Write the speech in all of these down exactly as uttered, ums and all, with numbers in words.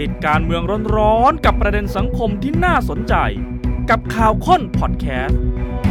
ติดการเมืองร้อนๆกับประเด็นสังคมที่น่าสนใจกับข่าวค้นพอดแคสต์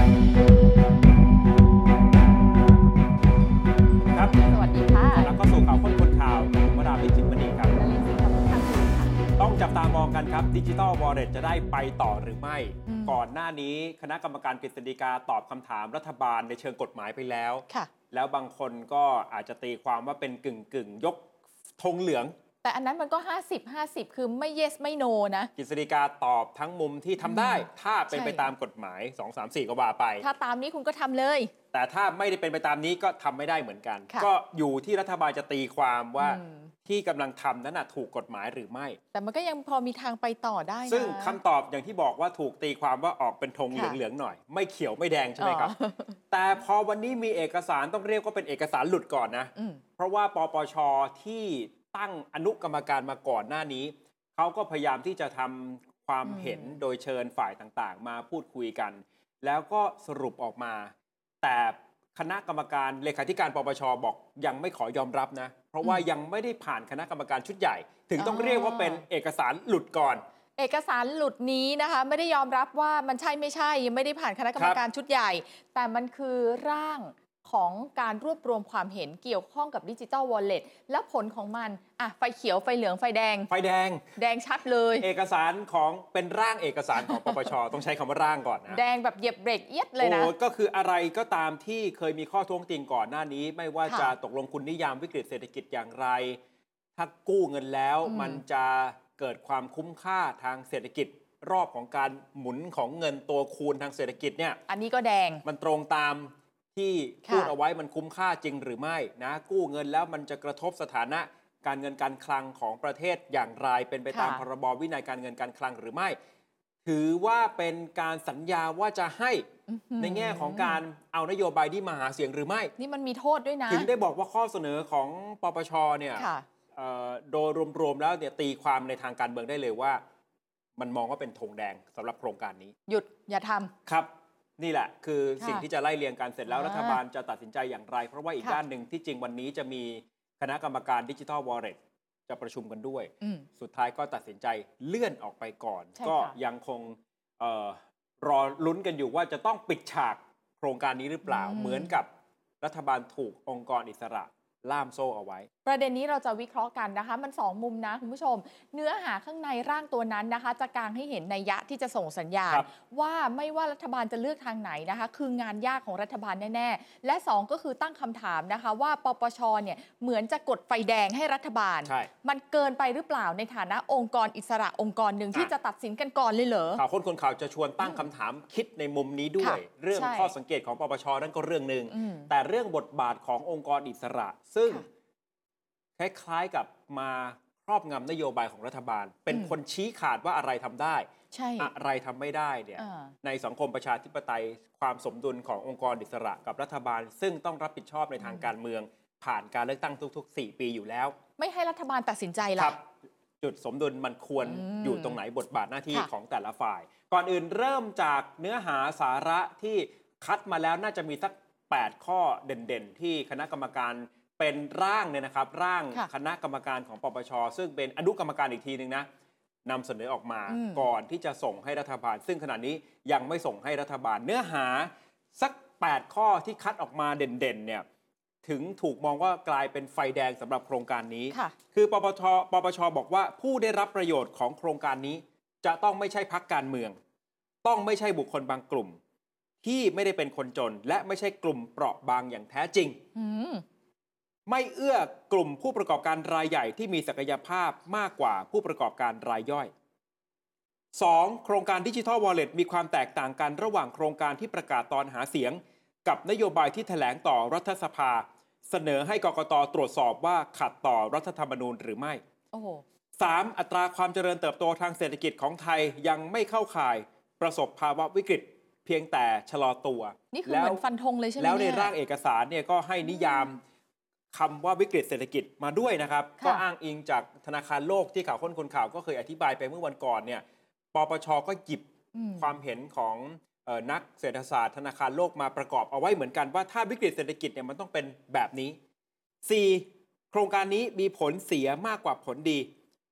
ครับสวัสดีค่ะแล้วก็สู่ข่าวค้นคนข่าวกับวราวิจิตรมณีครับต้องจับตามองกันครับ Digital Wallet จะได้ไปต่อหรือไม่ก่อนหน้านี้คณะกรรมการกฤษฎีกาตอบคำถามรัฐบาลในเชิงกฎหมายไปแล้วแล้วบางคนก็อาจจะตีความว่าเป็นกึ่งกึ่งยกธงเหลืองแต่อันนั้นมันก็ห้าสิบ ห้าสิบคือไม่ yes ไม่ no นะกฤษฎีกาตอบทั้งมุมที่ทำได้ถ้าเป็นไปตามกฎหมายสอง สาม สี่ก็ว่าไปถ้าตามนี้คุณก็ทำเลยแต่ถ้าไม่ได้เป็นไปตามนี้ก็ทำไม่ได้เหมือนกันก็อยู่ที่รัฐบาลจะตีความว่าที่กำลังทำนั้นนะถูกกฎหมายหรือไม่แต่มันก็ยังพอมีทางไปต่อได้นะซึ่งคำตอบอย่างที่บอกว่าถูกตีความว่าออกเป็นธงเหลืองๆหน่อยไม่เขียวไม่แดงใช่ไหมครับแต่พอวันนี้มีเอกสารต้องเรียกว่าเป็นเอกสารหลุดก่อนนะเพราะว่าปปช.ที่ตั้งอนุกรรมการมาก่อนหน้านี้เขาก็พยายามที่จะทำความเห็นโดยเชิญฝ่ายต่างๆมาพูดคุยกันแล้วก็สรุปออกมาแต่คณะกรรมการเลขาธิการปปช.บอกยังไม่ขอยอมรับนะเพราะว่ายังไม่ได้ผ่านคณะกรรมการชุดใหญ่ถึงต้องเรียกว่าเป็นเอกสารหลุดก่อนเอกสารหลุดนี้นะคะไม่ได้ยอมรับว่ามันใช่ไม่ใช่ยังไม่ได้ผ่านคณะกรรมการชุดใหญ่แต่มันคือร่างของการรวบรวมความเห็นเกี่ยวข้องกับ Digital Wallet และผลของมันอ่ะไฟเขียวไฟเหลืองไฟแดงไฟแดงแดงชัดเลยเอกสารของเป็นร่างเอกสารของปปช ต้องใช้คำว่าร่างก่อนนะแดงแบบเหยียบเบรกเอียดเลยนะโอ้ก็คืออะไรก็ตามที่เคยมีข้อท้วงติงก่อนหน้านี้ไม่ว่าจะตกลงคุณนิยามวิกฤตเศรษฐกิจอย่างไรถ้ากู้เงินแล้วมันจะเกิดความคุ้มค่าทางเศรษฐกิจรอบของการหมุนของเงินตัวคูณทางเศรษฐกิจเนี่ยอันนี้ก็แดงมันตรงตามที่พูดเอาไว้มันคุ้มค่าจริงหรือไม่นะกู้เงินแล้วมันจะกระทบสถานะการเงินการคลังของประเทศอย่างไรเป็นไปตามพรบวินัยการเงินการคลังหรือไม่ถือว่าเป็นการสัญญาว่าจะให้ในแง่ของการเอานโยบายที่มาหาเสียงหรือไม่นี่มันมีโทษด้วยนะถึงได้บอกว่าข้อเสนอของปปช.เนี่ยโดยรวมๆแล้วเนี่ยตีความในทางการเมืองได้เลยว่ามันมองว่าเป็นธงแดงสำหรับโครงการนี้หยุดอย่าทำครับนี่แหละคือสิ่งที่จะไล่เรียงกันเสร็จแล้วรัฐบาลจะตัดสินใจอย่างไรเพราะว่าอีกด้านหนึ่งที่จริงวันนี้จะมีคณะกรรมการ Digital Wallet จะประชุมกันด้วยสุดท้ายก็ตัดสินใจเลื่อนออกไปก่อนก็ยังคงเอ่อรอลุ้นกันอยู่ว่าจะต้องปิดฉากโครงการนี้หรือเปล่าเหมือนกับรัฐบาลถูกองค์กรอิสระล่ามโซ่เอาไว้ประเด็นนี้เราจะวิเคราะห์กันนะคะมันสองมุมนะคุณผู้ชมเนื้อหาข้างในร่างตัวนั้นนะคะจะกางให้เห็นนัยยะที่จะส่งสัญญาณว่าไม่ว่ารัฐบาลจะเลือกทางไหนนะคะคืองานยากของรัฐบาลแน่ๆและสองก็คือตั้งคำถามนะคะว่าปปช.เนี่ยเหมือนจะกดไฟแดงให้รัฐบาลมันเกินไปหรือเปล่าในฐานะองค์กรอิสระองค์กรหนึ่งที่จะตัดสินกันก่อนเลยเหรอข่าวคนคนข่าวจะชวนตั้งคำถามคิดในมุมนี้ด้วยเรื่องข้อสังเกตของปปช.นั่นก็เรื่องนึงแต่เรื่องบทบาทขององค์กรอิสระซึ่งคล้ายๆกับมาครอบงำนโยบายของรัฐบาลเป็นคนชี้ขาดว่าอะไรทำได้อะไรทำไม่ได้เนี่ยในสังคมประชาธิปไตยความสมดุลขององค์กรอิสระกับรัฐบาลซึ่งต้องรับผิดชอบในทางการเมืองผ่านการเลือกตั้งทุกๆสี่ปีอยู่แล้วไม่ให้รัฐบาลตัดสินใจล่ะจุดสมดุลมันควรอยู่ตรงไหนบทบาทหน้าที่ของแต่ละฝ่ายก่อนอื่นเริ่มจากเนื้อหาสาระที่คัดมาแล้วน่าจะมีสักแปดข้อเด่นๆที่คณะกรรมการเป็นร่างเนี่ยนะครับร่างคณะกรรมการของปปช.ซึ่งเป็นอนุกรรมการอีกทีนึงนะนำเสนอออกมาก่อนที่จะส่งให้รัฐบาลซึ่งขณะนี้ยังไม่ส่งให้รัฐบาลเนื้อหาสักแปดข้อที่คัดออกมาเด่นๆเนี่ยถึงถูกมองว่ากลายเป็นไฟแดงสำหรับโครงการนี้คือปปช.ปปช.บอกว่าผู้ได้รับประโยชน์ของโครงการนี้จะต้องไม่ใช่พรรคการเมืองต้องไม่ใช่บุคคลบางกลุ่มที่ไม่ได้เป็นคนจนและไม่ใช่กลุ่มเปราะบางอย่างแท้จริงไม่เอื้อกลุ่มผู้ประกอบการรายใหญ่ที่มีศักยภาพมากกว่าผู้ประกอบการรายย่อย สอง. โครงการ Digital Wallet มีความแตกต่างกันระหว่างโครงการที่ประกาศตอนหาเสียงกับนโยบายที่แถลงต่อรัฐสภาเสนอให้กกต.ตรวจสอบว่าขัดต่อรัฐธรรมนูญหรือไม่โอ้โห สาม. อัตราความเจริญเติบโตทางเศรษฐกิจของไทยยังไม่เข้าข่ายประสบภาวะวิกฤตเพียงแต่ชะลอตัวนี่คือเหมือนฟันธงเลยใช่ไหมแล้วในร่างเอกสารเนี่ยก็ให้นิยามคำว่าวิกฤตเศรษฐกิจมาด้วยนะครับก็อ้างอิงจากธนาคารโลกที่ข่าวค้นคนข่าวก็เคยอธิบายไปเมื่อวันก่อนเนี่ยปปช.ก็หยิบความเห็นของนักเศรษฐศาสตร์ธนาคารโลกมาประกอบเอาไว้เหมือนกันว่าถ้าวิกฤตเศรษฐกิจเนี่ยมันต้องเป็นแบบนี้ สี่. โครงการนี้มีผลเสียมากกว่าผลดี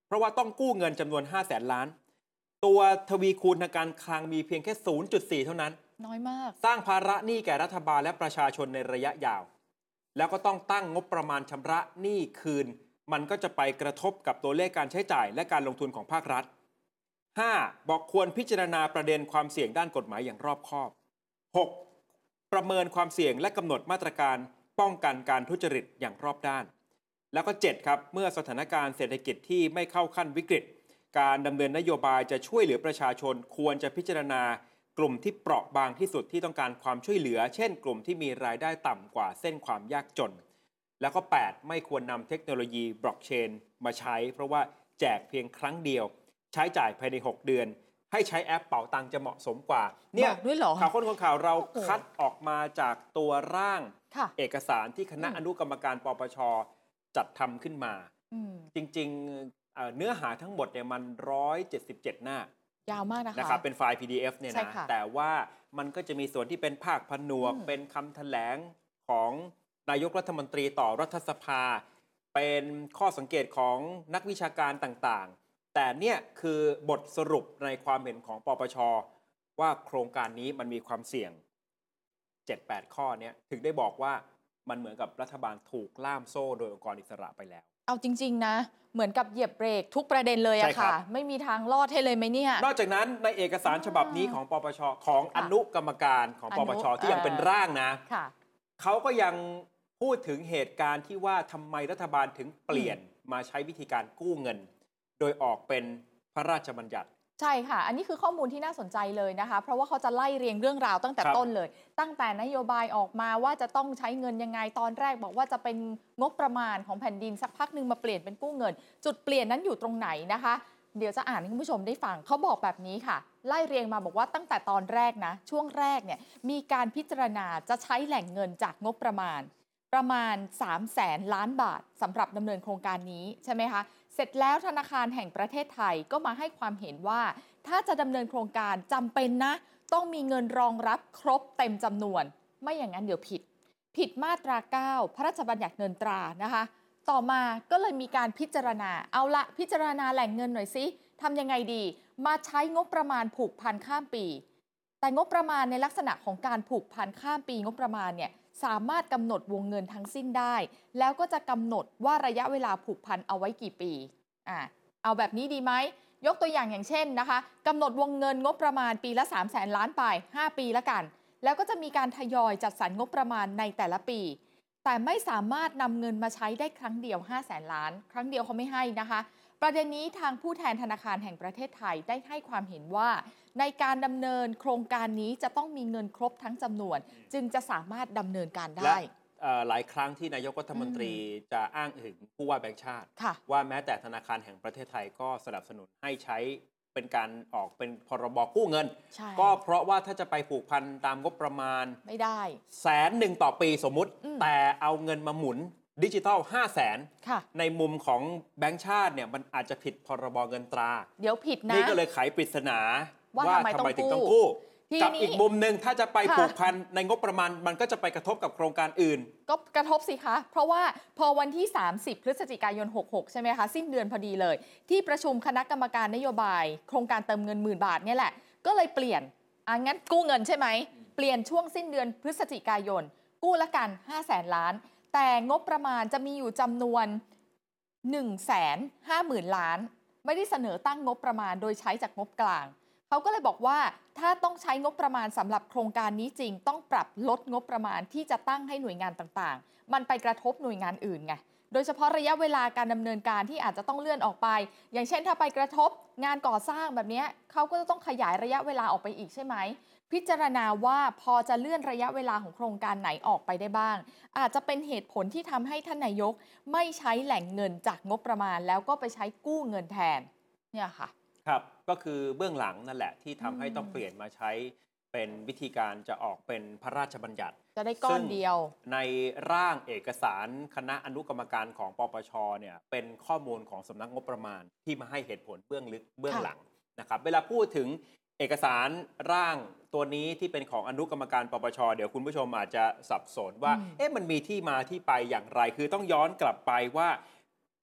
เพราะว่าต้องกู้เงินจำนวนห้าแสนล้านตัวทวีคูณทางการคลังมีเพียงแค่ ศูนย์จุดสี่ เท่านั้นน้อยมากสร้างภาระหนี้แก่รัฐบาลและประชาชนในระยะยาวแล้วก็ต้องตั้งงบประมาณชำระหนี้คืนมันก็จะไปกระทบกับตัวเลขการใช้จ่ายและการลงทุนของภาครัฐ ห้า. บอกควรพิจารณาประเด็นความเสี่ยงด้านกฎหมายอย่างรอบคอบ หก. ประเมินความเสี่ยงและกำหนดมาตรการป้องกันการทุจริตอย่างรอบด้านแล้วก็ เจ็ด. ครับเมื่อสถานการณ์เศรษฐกิจที่ไม่เข้าขั้นวิกฤตการดำเนินนโยบายจะช่วยเหลือประชาชนควรจะพิจารณากลุ่มที่เปราะบางที่สุดที่ต้องการความช่วยเหลือเช่นกลุ่มที่มีรายได้ต่ำกว่าเส้นความยากจนแล้วก็ แปด. ไม่ควรนำเทคโนโลยีบล็อกเชนมาใช้เพราะว่าแจกเพียงครั้งเดียวใช้จ่ายภายในหกเดือนให้ใช้แอปเป๋าตังค์จะเหมาะสมกว่าเนี่ยข่าวค้นของข่าวเราคัดออกมาจากตัวร่างเอกสารที่คณะอนุกรรมการปปช.จัดทำขึ้นมาจริงๆเนื้อหาทั้งหมดเนี่ยมันหนึ่งร้อยเจ็ดสิบเจ็ดหน้ายาวมากนะคะนะครับเป็นไฟล์ พี ดี เอฟ เนี่ยนะแต่ว่ามันก็จะมีส่วนที่เป็นภาคผนวกเป็นคำแถลงของนายกรัฐมนตรีต่อรัฐสภาเป็นข้อสังเกตของนักวิชาการต่างๆแต่เนี่ยคือบทสรุปในความเห็นของปปช.ว่าโครงการนี้มันมีความเสี่ยง เจ็ดแปด ข้อนี้ถึงได้บอกว่ามันเหมือนกับรัฐบาลถูกล่ามโซ่โดยองค์กรอิสระไปแล้วเอาจริงๆนะเหมือนกับเหยียบเบรกทุกประเด็นเลยอะค่ะไม่มีทางรอดให้เลยไหมเนี่ยนอกจากนั้นในเอกสารฉบับนี้ของปปช.ของอนุกรรมการของปปช.ที่ยังเป็นร่างนะเขาก็ยังพูดถึงเหตุการณ์ที่ว่าทำไมรัฐบาลถึงเปลี่ยนมาใช้วิธีการกู้เงินโดยออกเป็นพระราชบัญญัติใช่ค่ะอันนี้คือข้อมูลที่น่าสนใจเลยนะคะเพราะว่าเขาจะไล่เรียงเรื่องราวตั้งแต่ต้นเลยตั้งแต่นโยบายออกมาว่าจะต้องใช้เงินยังไงตอนแรกบอกว่าจะเป็นงบประมาณของแผ่นดินสักพักหนึ่งมาเปลี่ยนเป็นกู้เงินจุดเปลี่ยนนั้นอยู่ตรงไหนนะคะเดี๋ยวจะอ่านให้คุณผู้ชมได้ฟังเขาบอกแบบนี้ค่ะไล่เรียงมาบอกว่าตั้งแต่ตอนแรกนะช่วงแรกเนี่ยมีการพิจารณาจะใช้แหล่งเงินจากงบประมาณประมาณสามแสนล้านบาทสำหรับดำเนินโครงการนี้ใช่ไหมคะเสร็จแล้วธนาคารแห่งประเทศไทยก็มาให้ความเห็นว่าถ้าจะดำเนินโครงการจำเป็นนะต้องมีเงินรองรับครบเต็มจำนวนไม่อย่างนั้นเดี๋ยวผิดผิดมาตราเก้าพระราชบัญญัติเงินตรานะคะต่อมาก็เลยมีการพิจารณาเอาละพิจารณาแหล่งเงินหน่อยสิทำยังไงดีมาใช้งบประมาณผูกพันข้ามปีแต่งบประมาณในลักษณะของการผูกพันข้ามปีงบประมาณเนี่ยสามารถกำหนดวงเงินทั้งสิ้นได้แล้วก็จะกำหนดว่าระยะเวลาผูกพันเอาไว้กี่ปีอ่าเอาแบบนี้ดีไหมยกตัวอย่างอย่างเช่นนะคะกำหนดวงเงินงบประมาณปีละสามแสนล้านไปห้าปีละกันแล้วก็จะมีการทยอยจัดสรรงบประมาณในแต่ละปีแต่ไม่สามารถนำเงินมาใช้ได้ครั้งเดียวห้าแสนล้านครั้งเดียวเขาไม่ให้นะคะประเด็นนี้ทางผู้แทนธนาคารแห่งประเทศไทยได้ให้ความเห็นว่าในการดำเนินโครงการนี้จะต้องมีเงินครบทั้งจำนวนจึงจะสามารถดำเนินการได้หลายครั้งที่นายกรัฐมนตรีจะอ้างถึงผู้ว่าแบงก์ชาติว่าแม้แต่ธนาคารแห่งประเทศไทยก็สนับสนุนให้ใช้เป็นการออกเป็นพรบกู้เงินก็เพราะว่าถ้าจะไปผูกพันตามงบประมาณไม่ได้แสนหนึ่งต่อปีสมมุติแต่เอาเงินมาหมุนดิจิทัลห้าแสนในมุมของแบงก์ชาติเนี่ยมันอาจจะผิดพรบเงินตราเดี๋ยวผิดนะนี่ก็เลยไขปริศนาว่าทำไมถึงต้องกู้กับอีกมุมหนึ่งถ้าจะไปผูกพันในงบประมาณมันก็จะไปกระทบกับโครงการอื่นก็กระทบสิคะเพราะว่าพอวันที่สามสิบพฤศจิกายนหกสิบหกใช่ไหมคะสิ้นเดือนพอดีเลยที่ประชุมคณะกรรมการนโยบายโครงการเติมเงินหมื่นบาทเนี่ยแหละก็เลยเปลี่ยนอ่ะงั้นกู้เงินใช่ไหมเปลี่ยนช่วงสิ้นเดือนพฤศจิกายนกู้ละกันห้าแสนล้านแต่งบประมาณจะมีอยู่จำนวน หนึ่งแสนห้าหมื่น ล้านไม่ได้เสนอตั้งงบประมาณโดยใช้จากงบกลางเขาก็เลยบอกว่าถ้าต้องใช้งบประมาณสำหรับโครงการนี้จริงต้องปรับลดงบประมาณที่จะตั้งให้หน่วยงานต่างๆมันไปกระทบหน่วยงานอื่นไงโดยเฉพาะระยะเวลาการดำเนินการที่อาจจะต้องเลื่อนออกไปอย่างเช่นถ้าไปกระทบงานก่อสร้างแบบนี้เขาก็จะต้องขยายระยะเวลาออกไปอีกใช่ไหมพิจารณาว่าพอจะเลื่อนระยะเวลาของโครงการไหนออกไปได้บ้างอาจจะเป็นเหตุผลที่ทำให้ท่านนายกไม่ใช้แหล่งเงินจากงบประมาณแล้วก็ไปใช้กู้เงินแทนเนี่ยค่ะครับก็คือเบื้องหลังนั่นแหละที่ทำให้ต้องเปลี่ยนมาใช้เป็นวิธีการจะออกเป็นพระราชบัญญัติจะได้ก้อนเดียวในร่างเอกสารคณะอนุกรรมการของปปช.เนี่ยเป็นข้อมูลของสำนักงบประมาณที่มาให้เหตุผลเบื้องลึกเบื้องหลังนะครับเวลาพูดถึงเอกสารร่างตัวนี้ที่เป็นของอนุกรรมการปปช.เดี๋ยวคุณผู้ชมอาจจะสับสนว่าเอ๊ะมันมีที่มาที่ไปอย่างไรคือต้องย้อนกลับไปว่า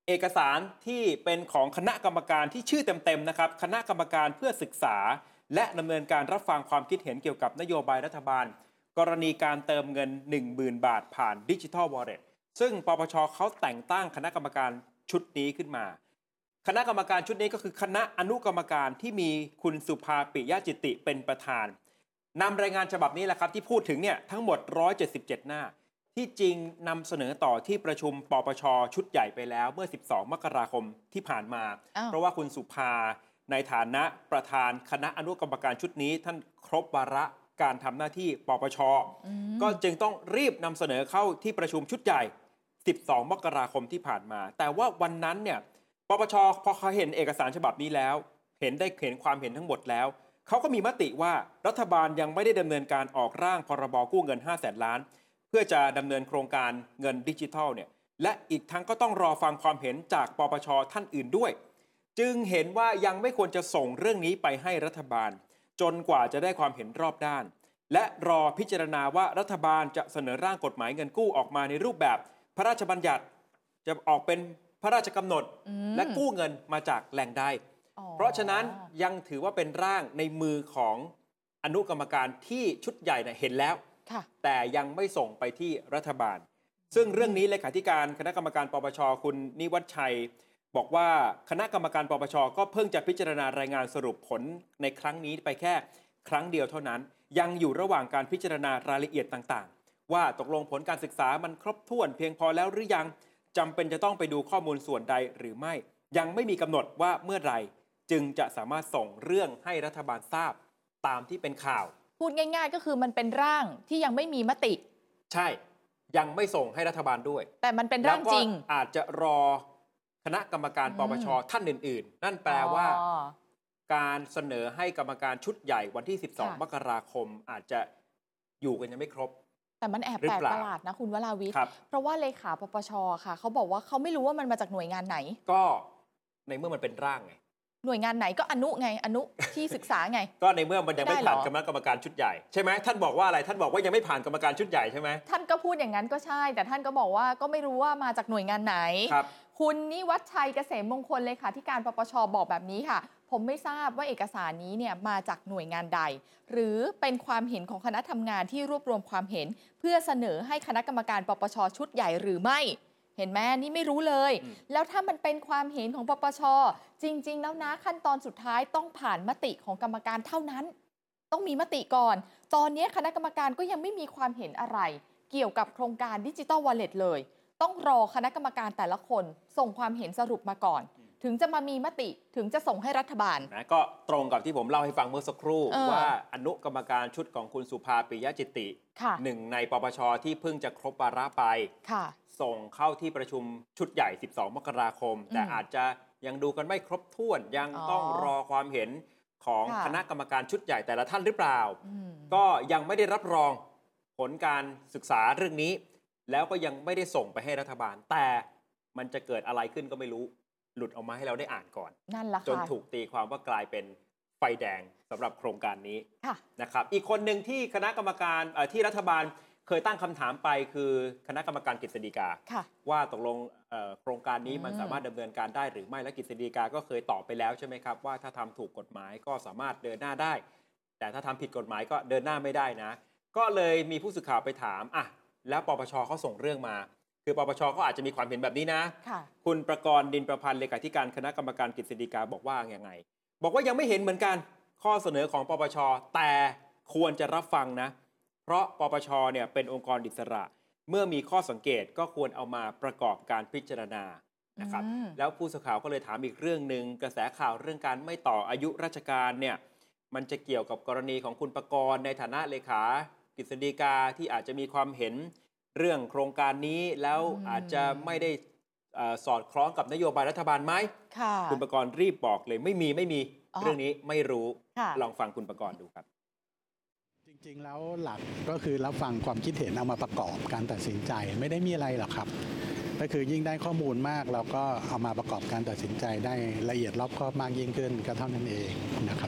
เอกสารที่เป็นของคณะกรรมการที่ชื่อเต็มๆนะครับคณะกรรมการเพื่อศึกษาและดำเนินการรับฟังความคิดเห็นเกี่ยวกับนโยบายรัฐบาลกรณีการเติมเงิน หนึ่งหมื่น บาทผ่านดิจิทัลวอลเล็ตซึ่งปปชเขาแต่งตั้งคณะกรรมการชุดนี้ขึ้นมาคณะกรรมการชุดนี้ก็คือคณะอนุกรรมการที่มีคุณสุภาปิยะจิตติเป็นประธานนำรายงานฉบับนี้แหละครับที่พูดถึงเนี่ยทั้งหมดหนึ่งร้อยเจ็ดสิบเจ็ดหน้าที่จริงนำเสนอต่อที่ประชุมปปชชุดใหญ่ไปแล้วเมื่อสิบสองมกราคมที่ผ่านมาเพราะว่าคุณสุภาในฐานะประธานคณะอนุกรรมการชุดนี้ท่านครบวาระการทำหน้าที่ปปชก็จึงต้องรีบนำเสนอเข้าที่ประชุมชุดใหญ่สิบสองมกราคมที่ผ่านมาแต่ว่าวันนั้นเนี่ยปปชพอเขาเห็นเอกสารฉบับนี้แล้วเห็นได้เห็นความเห็นทั้งหมดแล้วเขาก็มีมติว่ารัฐบาลยังไม่ได้ดำเนินการออกร่างพรบกู้เงินห้าแสนล้านเพื่อจะดำเนินโครงการเงินดิจิทัลเนี่ยและอีกทั้งก็ต้องรอฟังความเห็นจากปปชท่านอื่นด้วยจึงเห็นว่ายังไม่ควรจะส่งเรื่องนี้ไปให้รัฐบาลจนกว่าจะได้ความเห็นรอบด้านและรอพิจารณาว่ารัฐบาลจะเสนอร่างกฎหมายเงินกู้ออกมาในรูปแบบพระราชบัญญัติจะออกเป็นพระราชกำหนดและกู้เงินมาจากแหล่งใดเพราะฉะนั้นยังถือว่าเป็นร่างในมือของอนุกรรมการที่ชุดใหญ่เห็นแล้วแต่ยังไม่ส่งไปที่รัฐบาลซึ่งเรื่องนี้เลขาธิการคณะกรรมการปปชคุณนิวัฒน์ชัยบอกว่าคณะกรรมการปปชก็เพิ่งจะพิจารณารายงานสรุปผลในครั้งนี้ไปแค่ครั้งเดียวเท่านั้นยังอยู่ระหว่างการพิจารณารายละเอียดต่างๆว่าตกลงผลการศึกษามันครบถ้วนเพียงพอแล้วหรือยังจำเป็นจะต้องไปดูข้อมูลส่วนใดหรือไม่ยังไม่มีกำหนดว่าเมื่อไหร่จึงจะสามารถส่งเรื่องให้รัฐบาลทราบตามที่เป็นข่าวพูดง่ายๆก็คือมันเป็นร่างที่ยังไม่มีมติใช่ยังไม่ส่งให้รัฐบาลด้วยแต่มันเป็นร่างจริงอาจจะรอคณะกรรมการปปชท่านอื่นๆนั่นแปลว่าการเสนอให้กรรมการชุดใหญ่วันที่สิบสองมกราคมอาจจะอยู่กันยังไม่ครบแต่มันแอบแปลกประหลาดนะคุณวราวิทย์เพราะว่าเลขาปปชค่ะเขาบอกว่าเขาไม่รู้ว่ามันมาจากหน่วยงานไหนก็ในเมื่อมันเป็นร่างไงหน่วยงานไหนก็อนุไงอนุที่ศึกษาไงก็ในเมื่อมันยังไม่ผ่านคณะกรรมการชุดใหญ่ใช่ไหมท่านบอกว่าอะไรท่านบอกว่ายังไม่ผ่านกรรมการชุดใหญ่ใช่ไหมท่านก็พูดอย่างนั้นก็ใช่แต่ท่านก็บอกว่าก็ไม่รู้ว่ามาจากหน่วยงานไหนครับคุณนิวัฒน์ชัยเกษมมงคลเลขาธิการปปชบอกแบบนี้ค่ะผมไม่ทราบว่าเอกสารนี้เนี่ยมาจากหน่วยงานใดหรือเป็นความเห็นของคณะทำงานที่รวบรวมความเห็นเพื่อเสนอให้คณะกรรมการปปชชุดใหญ่หรือไม่เห็นไหมนี่ไม่รู้เลยแล้วถ้ามันเป็นความเห็นของปปชจริงๆแล้วนะขั้นตอนสุดท้ายต้องผ่านมติของกรรมการเท่านั้นต้องมีมติก่อนตอนนี้คณะกรรมการก็ยังไม่มีความเห็นอะไรเกี่ยวกับโครงการดิจิทัลวอลเล็ตเลยต้องรอคณะกรรมการแต่ละคนส่งความเห็นสรุปมาก่อนถึงจะมามีมติถึงจะส่งให้รัฐบาลนะก็ตรงกับที่ผมเล่าให้ฟังเมื่อสักครู่ว่าอนุกรรมการชุดของคุณสุภาปิยะจิตติหนึ่งในปปชที่เพิ่งจะครบวาระไปส่งเข้าที่ประชุมชุดใหญ่สิบสองมกราคมแต่อาจจะยังดูกันไม่ครบถ้วนยังต้องรอความเห็นของคณะกรรมการชุดใหญ่แต่ละท่านหรือเปล่าก็ยังไม่ได้รับรองผลการศึกษาเรื่องนี้แล้วก็ยังไม่ได้ส่งไปให้รัฐบาลแต่มันจะเกิดอะไรขึ้นก็ไม่รู้หลุดออกมาให้เราได้อ่านก่อนนั่นแหละจนถูกตีความว่ากลายเป็นไฟแดงสำหรับโครงการนี้ะนะครับอีกคนหนึ่งที่คณะกรรมการที่รัฐบาลเคยตั้งคำถามไปคือคณะกรรมการกฤษฎีกาว่าตกลงโครงการนี้มันสามารถดำเนินการได้หรือไม่และกฤษฎีกาก็เคยตอบไปแล้วใช่ไหมครับว่าถ้าทำถูกกฎหมายก็สามารถเดินหน้าได้แต่ถ้าทำผิดกฎหมายก็เดินหน้าไม่ได้นะก็เลยมีผู้สื่อข่าวไปถามอ่ะแล้วปปชเขาส่งเรื่องมาคือปปชเขาอาจจะมีความเห็นแบบนี้นะคุณประกรณ์ดินประพันธ์เลขาธิการคณะกรรมการกฤษฎีกาบอกว่าอย่างไงบอกว่ายังไม่เห็นเหมือนกันข้อเสนอของปปชแต่ควรจะรับฟังนะเพราะปปชเนี่ยเป็นองค์กรอิสระเมื่อมีข้อสังเกตก็ควรเอามาประกอบการพิจารณานะครับแล้วผู้สื่อข่าวก็เลยถามอีกเรื่องหนึ่งกระแสข่าวเรื่องการไม่ต่ออายุราชการเนี่ยมันจะเกี่ยวกับกรณีของคุณประกรณ์ในฐานะเลขากฤษฎีกาที่อาจจะมีความเห็นเรื่องโครงการนี้แล้วอาจจะไม่ได้สอดคล้องกับนโยบายรัฐบาลไหมคุณประกรณ์รีบบอกเลยไม่มีไม่มีเรื่องนี้ไม่รู้ลองฟังคุณประกรณ์ดูครับจริงๆแล้วหลักก็คือรับฟังความคิดเห็นเอามาประกอบการตัดสินใจไม่ได้มีอะไรหรอกครับก็คือยิ่งได้ข้อมูลมากเราก็เอามาประกอบการตัดสินใจได้ละเอียดรอบคอบมากยิ่งขึ้นก็เท่านั้นเองนะครับ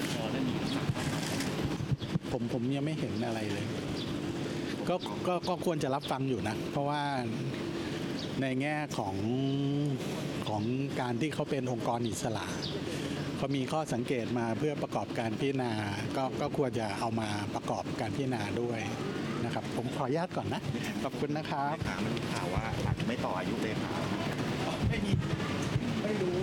ผมผมยังไม่เห็นอะไรเลยก็ก็ก็ควรจะรับฟังอยู่นะเพราะว่าในแง่ของของการที่เขาเป็นองค์กรอิสระเขามีข้อสังเกตมาเพื่อประกอบการพิจารณาก็ก็ควรจะเอามาประกอบการพิจารณาด้วยนะครับผมขออนุญาตก่อนนะขอบคุณนะครับเลขามันมีข่าวว่าอาจจะไม่ต่ออายุเลขาไม่มีไม่รู้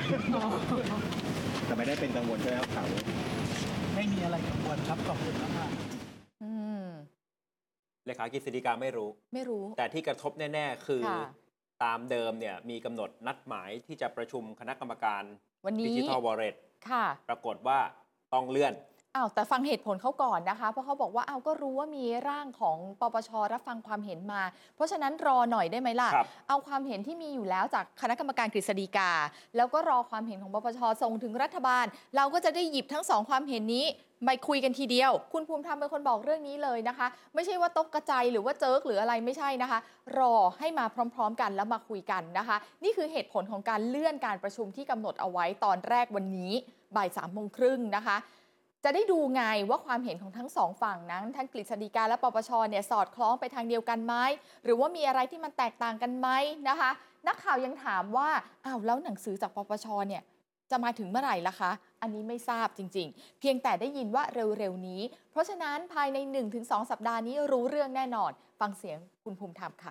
แต่ไม่ได้เป็นกังวลใช่ไหมครับข่าวไม่มีอะไรกังวลครับขอบคุณมากอืมเลขากฤษฎีกาไม่รู้ไม่รู้แต่ที่กระทบแน่ๆคือค่ะตามเดิมเนี่ยมีกำหนดนัดหมายที่จะประชุมคณะกรรมการวันนี้ดิจิทัลวอลเล็ตค่ะปรากฏว่าต้องเลื่อนอ้าวแต่ฟังเหตุผลเขาก่อนนะคะ เพราะเขาบอกว่าอ้าวก็รู้ว่ามีร่างของปปชรับฟังความเห็นมา เพราะฉะนั้นรอหน่อยได้ไหมล่ะครับเอาความเห็นที่มีอยู่แล้วจากคณะกรรมการกฤษฎีกา แล้วก็รอความเห็นของปปชส่งถึงรัฐบาล เราก็จะได้หยิบทั้งสองความเห็นนี้ไปคุยกันทีเดียว คุณภูมิธรรมเป็นคนบอกเรื่องนี้เลยนะคะ ไม่ใช่ว่าตกกระจายหรือว่าเจิกหรืออะไรไม่ใช่นะคะ รอให้มาพร้อมๆกันแล้วมาคุยกันนะคะ นี่คือเหตุผลของการเลื่อนการประชุมที่กำหนดเอาไว้ตอนแรกวันนี้บ่ายสามโมงครึ่งนะคะจะได้ดูไงว่าความเห็นของทั้งสองฝั่งนั้นทั้งกฤษฎีกาและปปชเนี่ยสอดคล้องไปทางเดียวกันไหมหรือว่ามีอะไรที่มันแตกต่างกันไหมนะคะ นักข่าวยังถามว่าอ้าวแล้วหนังสือจากปปชเนี่ยจะมาถึงเมื่อไหร่ล่ะคะอันนี้ไม่ทราบจริงๆเพียงแต่ได้ยินว่าเร็วๆนี้เพราะฉะนั้นภายใน หนึ่งถึงสอง สัปดาห์นี้รู้เรื่องแน่นอนฟังเสียงคุณภูมิธรรมค่ะ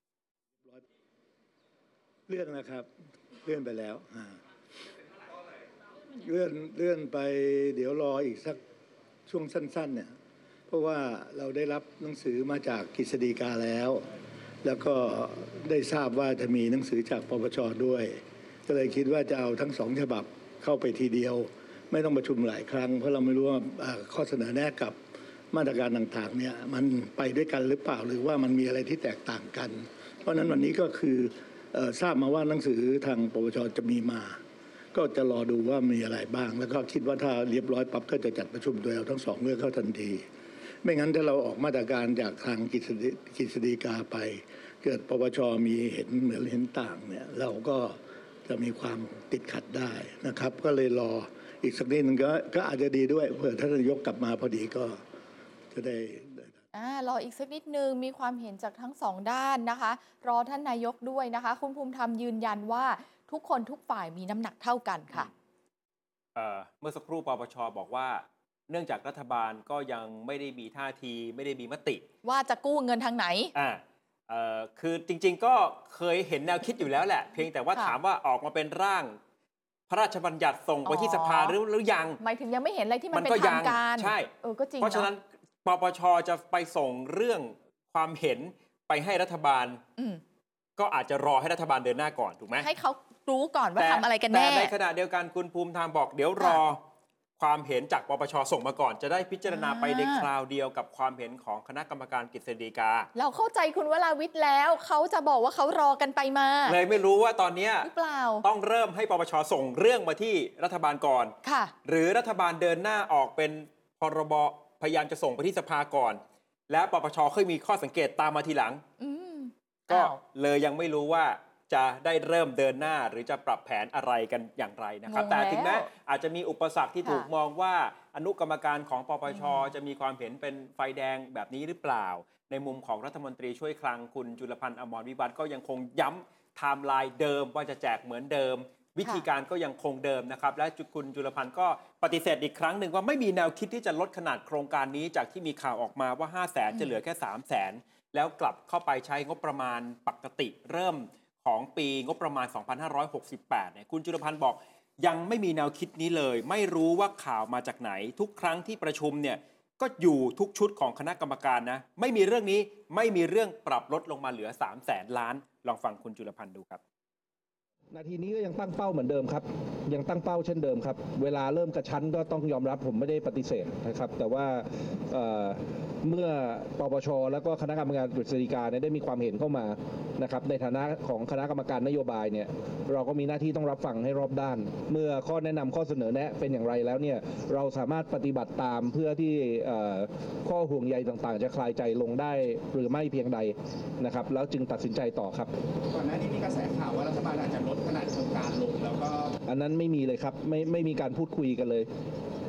เลื่อนนะครับเลื่อนไปแล้วเลื่อนเลื่อนไปเดี๋ยวรออีกสักช่วงสั้นๆเนี่ยเพราะว่าเราได้รับหนังสือมาจากกฤษฎีกาแล้วแล้วก็ได้ทราบว่าจะมีหนังสือจากปปชด้วยก็เลยคิดว่าจะเอาทั้งสองฉบับเข้าไปทีเดียวไม่ต้องประชุมหลายครั้งเพราะเราไม่รู้ว่าข้อเสนอแนะกับมาตรการต่างๆเนี่ยมันไปด้วยกันหรือเปล่าหรือว่ามันมีอะไรที่แตกต่างกันเพราะฉะนั้นวันนี้ก็คือทราบมาว่าหนังสือทางปปชจะมีมาก็จะรอดูว่ามีอะไรบ้างแล้วก็คิดว่าถ้าเรียบร้อยปั๊บก็จะจัดประชุมโดยเอาทั้งสองเรื่องเข้าทันทีไม่งั้นถ้าเราออกมาตรการจากทางกฤษฎีกาไปเกิดปปชมีเห็นเหมือนเห็นต่างเนี่ยเราก็จะมีความติดขัดได้นะครับก็เลยรออีกสักนิดนึงก็ก็อาจจะดีด้วยเผื่อท่านนายกกลับมาพอดีก็จะได้อ่ารออีกสักนิดนึงมีความเห็นจากทั้งสองด้านนะคะรอท่านนายกด้วยนะคะคุณภูมิธรรมยืนยันว่าทุกคนทุกฝ่ายมีน้ำหนักเท่ากันค่ะเอ่อเมื่อสักครู่ปปชบอกว่าเนื่องจากรัฐบาลก็ยังไม่ได้มีท่าทีไม่ได้มีมติว่าจะกู้เงินทางไหนอ่าเอ่อคือจริงๆก็เคยเห็นแนวคิดอยู่แล้วแหละเพียงแต่ว่าถามว่าออกมาเป็นร่างพระราชบัญญัติส่งไปที่สภาหรือหรือยังหมายถึงยังไม่เห็นอะไรที่มันเป็นทางการใช่เออก็จริงเพราะฉะนั้นปปชจะไปส่งเรื่องความเห็นไปให้รัฐบาลก็อาจจะรอให้รัฐบาลเดินหน้าก่อนถูกไหมให้เขารู้ก่อนว่าทำอะไรกันแน่แต่ในขณะเดียวกันคุณภูมิธรรมบอกเดี๋ยวรอความเห็นจากปปชส่งมาก่อนจะได้พิจารณาไปในคราวเดียวกับความเห็นของคณะกรรมการกฤษฎีกาเราเข้าใจคุณวราวิทย์แล้วเขาจะบอกว่าเขารอกันไปมาเลยไม่รู้ว่าตอนนี้หรือเปล่าต้องเริ่มให้ปปชส่งเรื่องมาที่รัฐบาลก่อนค่ะหรือรัฐบาลเดินหน้าออกเป็นพรบพยายามจะส่งไปที่สภาก่อนแล้วปปชเคยมีข้อสังเกตตามมาทีหลังก็เลยยังไม่รู้ว่าจะได้เริ่มเดินหน้าหรือจะปรับแผนอะไรกันอย่างไรนะครับแต่ถึงแม้อาจจะมีอุปสรรคที่ถูกมองว่าอนุกรรมการของปปชจะมีความเห็นเป็นไฟแดงแบบนี้หรือเปล่าในมุมของรัฐมนตรีช่วยคลังคุณจุลพันธ์อมรวิวัฒน์ก็ยังคงย้ำไทม์ไลน์เดิมว่าจะแจกเหมือนเดิมวิธีการก็ยังคงเดิมนะครับและคุณจุลพันธ์ก็ปฏิเสธอีกครั้งหนึ่งว่าไม่มีแนวคิดที่จะลดขนาดโครงการนี้จากที่มีข่าวออกมาว่าห้าแสนจะเหลือแค่สามแสนแล้วกลับเข้าไปใช้งบประมาณปกติเริ่มของปีงบประมาณสองพันห้าร้อยหกสิบแปดเนี่ยคุณจุลพันธ์บอกยังไม่มีแนวคิดนี้เลยไม่รู้ว่าข่าวมาจากไหนทุกครั้งที่ประชุมเนี่ยก็อยู่ทุกชุดของคณะกรรมการนะไม่มีเรื่องนี้ไม่มีเรื่องปรับลดลงมาเหลือสามแสนล้านลองฟังคุณจุลพันธ์ดูครับนาทีนี้ก็ยังตั้งเป้าเหมือนเดิมครับยังตั้งเป้าเช่นเดิมครับเวลาเริ่มกระชั้นก็ต้องยอมรับผมไม่ได้ปฏิเสธนะครับแต่ว่าเ, เมื่อปปชแล้วก็คณะกรรมการกฤษฎีกาเนี่ยได้มีความเห็นเข้ามานะครับในฐานะของคณะกรรมการนโยบายเนี่ยเราก็มีหน้าที่ต้องรับฟังให้รอบด้านเมื่อข้อแนะนำข้อเสนอแนะเป็นอย่างไรแล้วเนี่ยเราสามารถปฏิบัติตามเพื่อที่ข้อห่วงใยต่างๆจะคลายใจลงได้หรือไม่เพียงใดนะครับแล้วจึงตัดสินใจต่อครับก่อนหน้านี้มีกระแสข่าวว่ารัฐบาลอาจจะลดขนาดโครงการลงแล้วก็อันนั้นไม่มีเลยครับไม่ไม่มีการพูดคุยกันเลย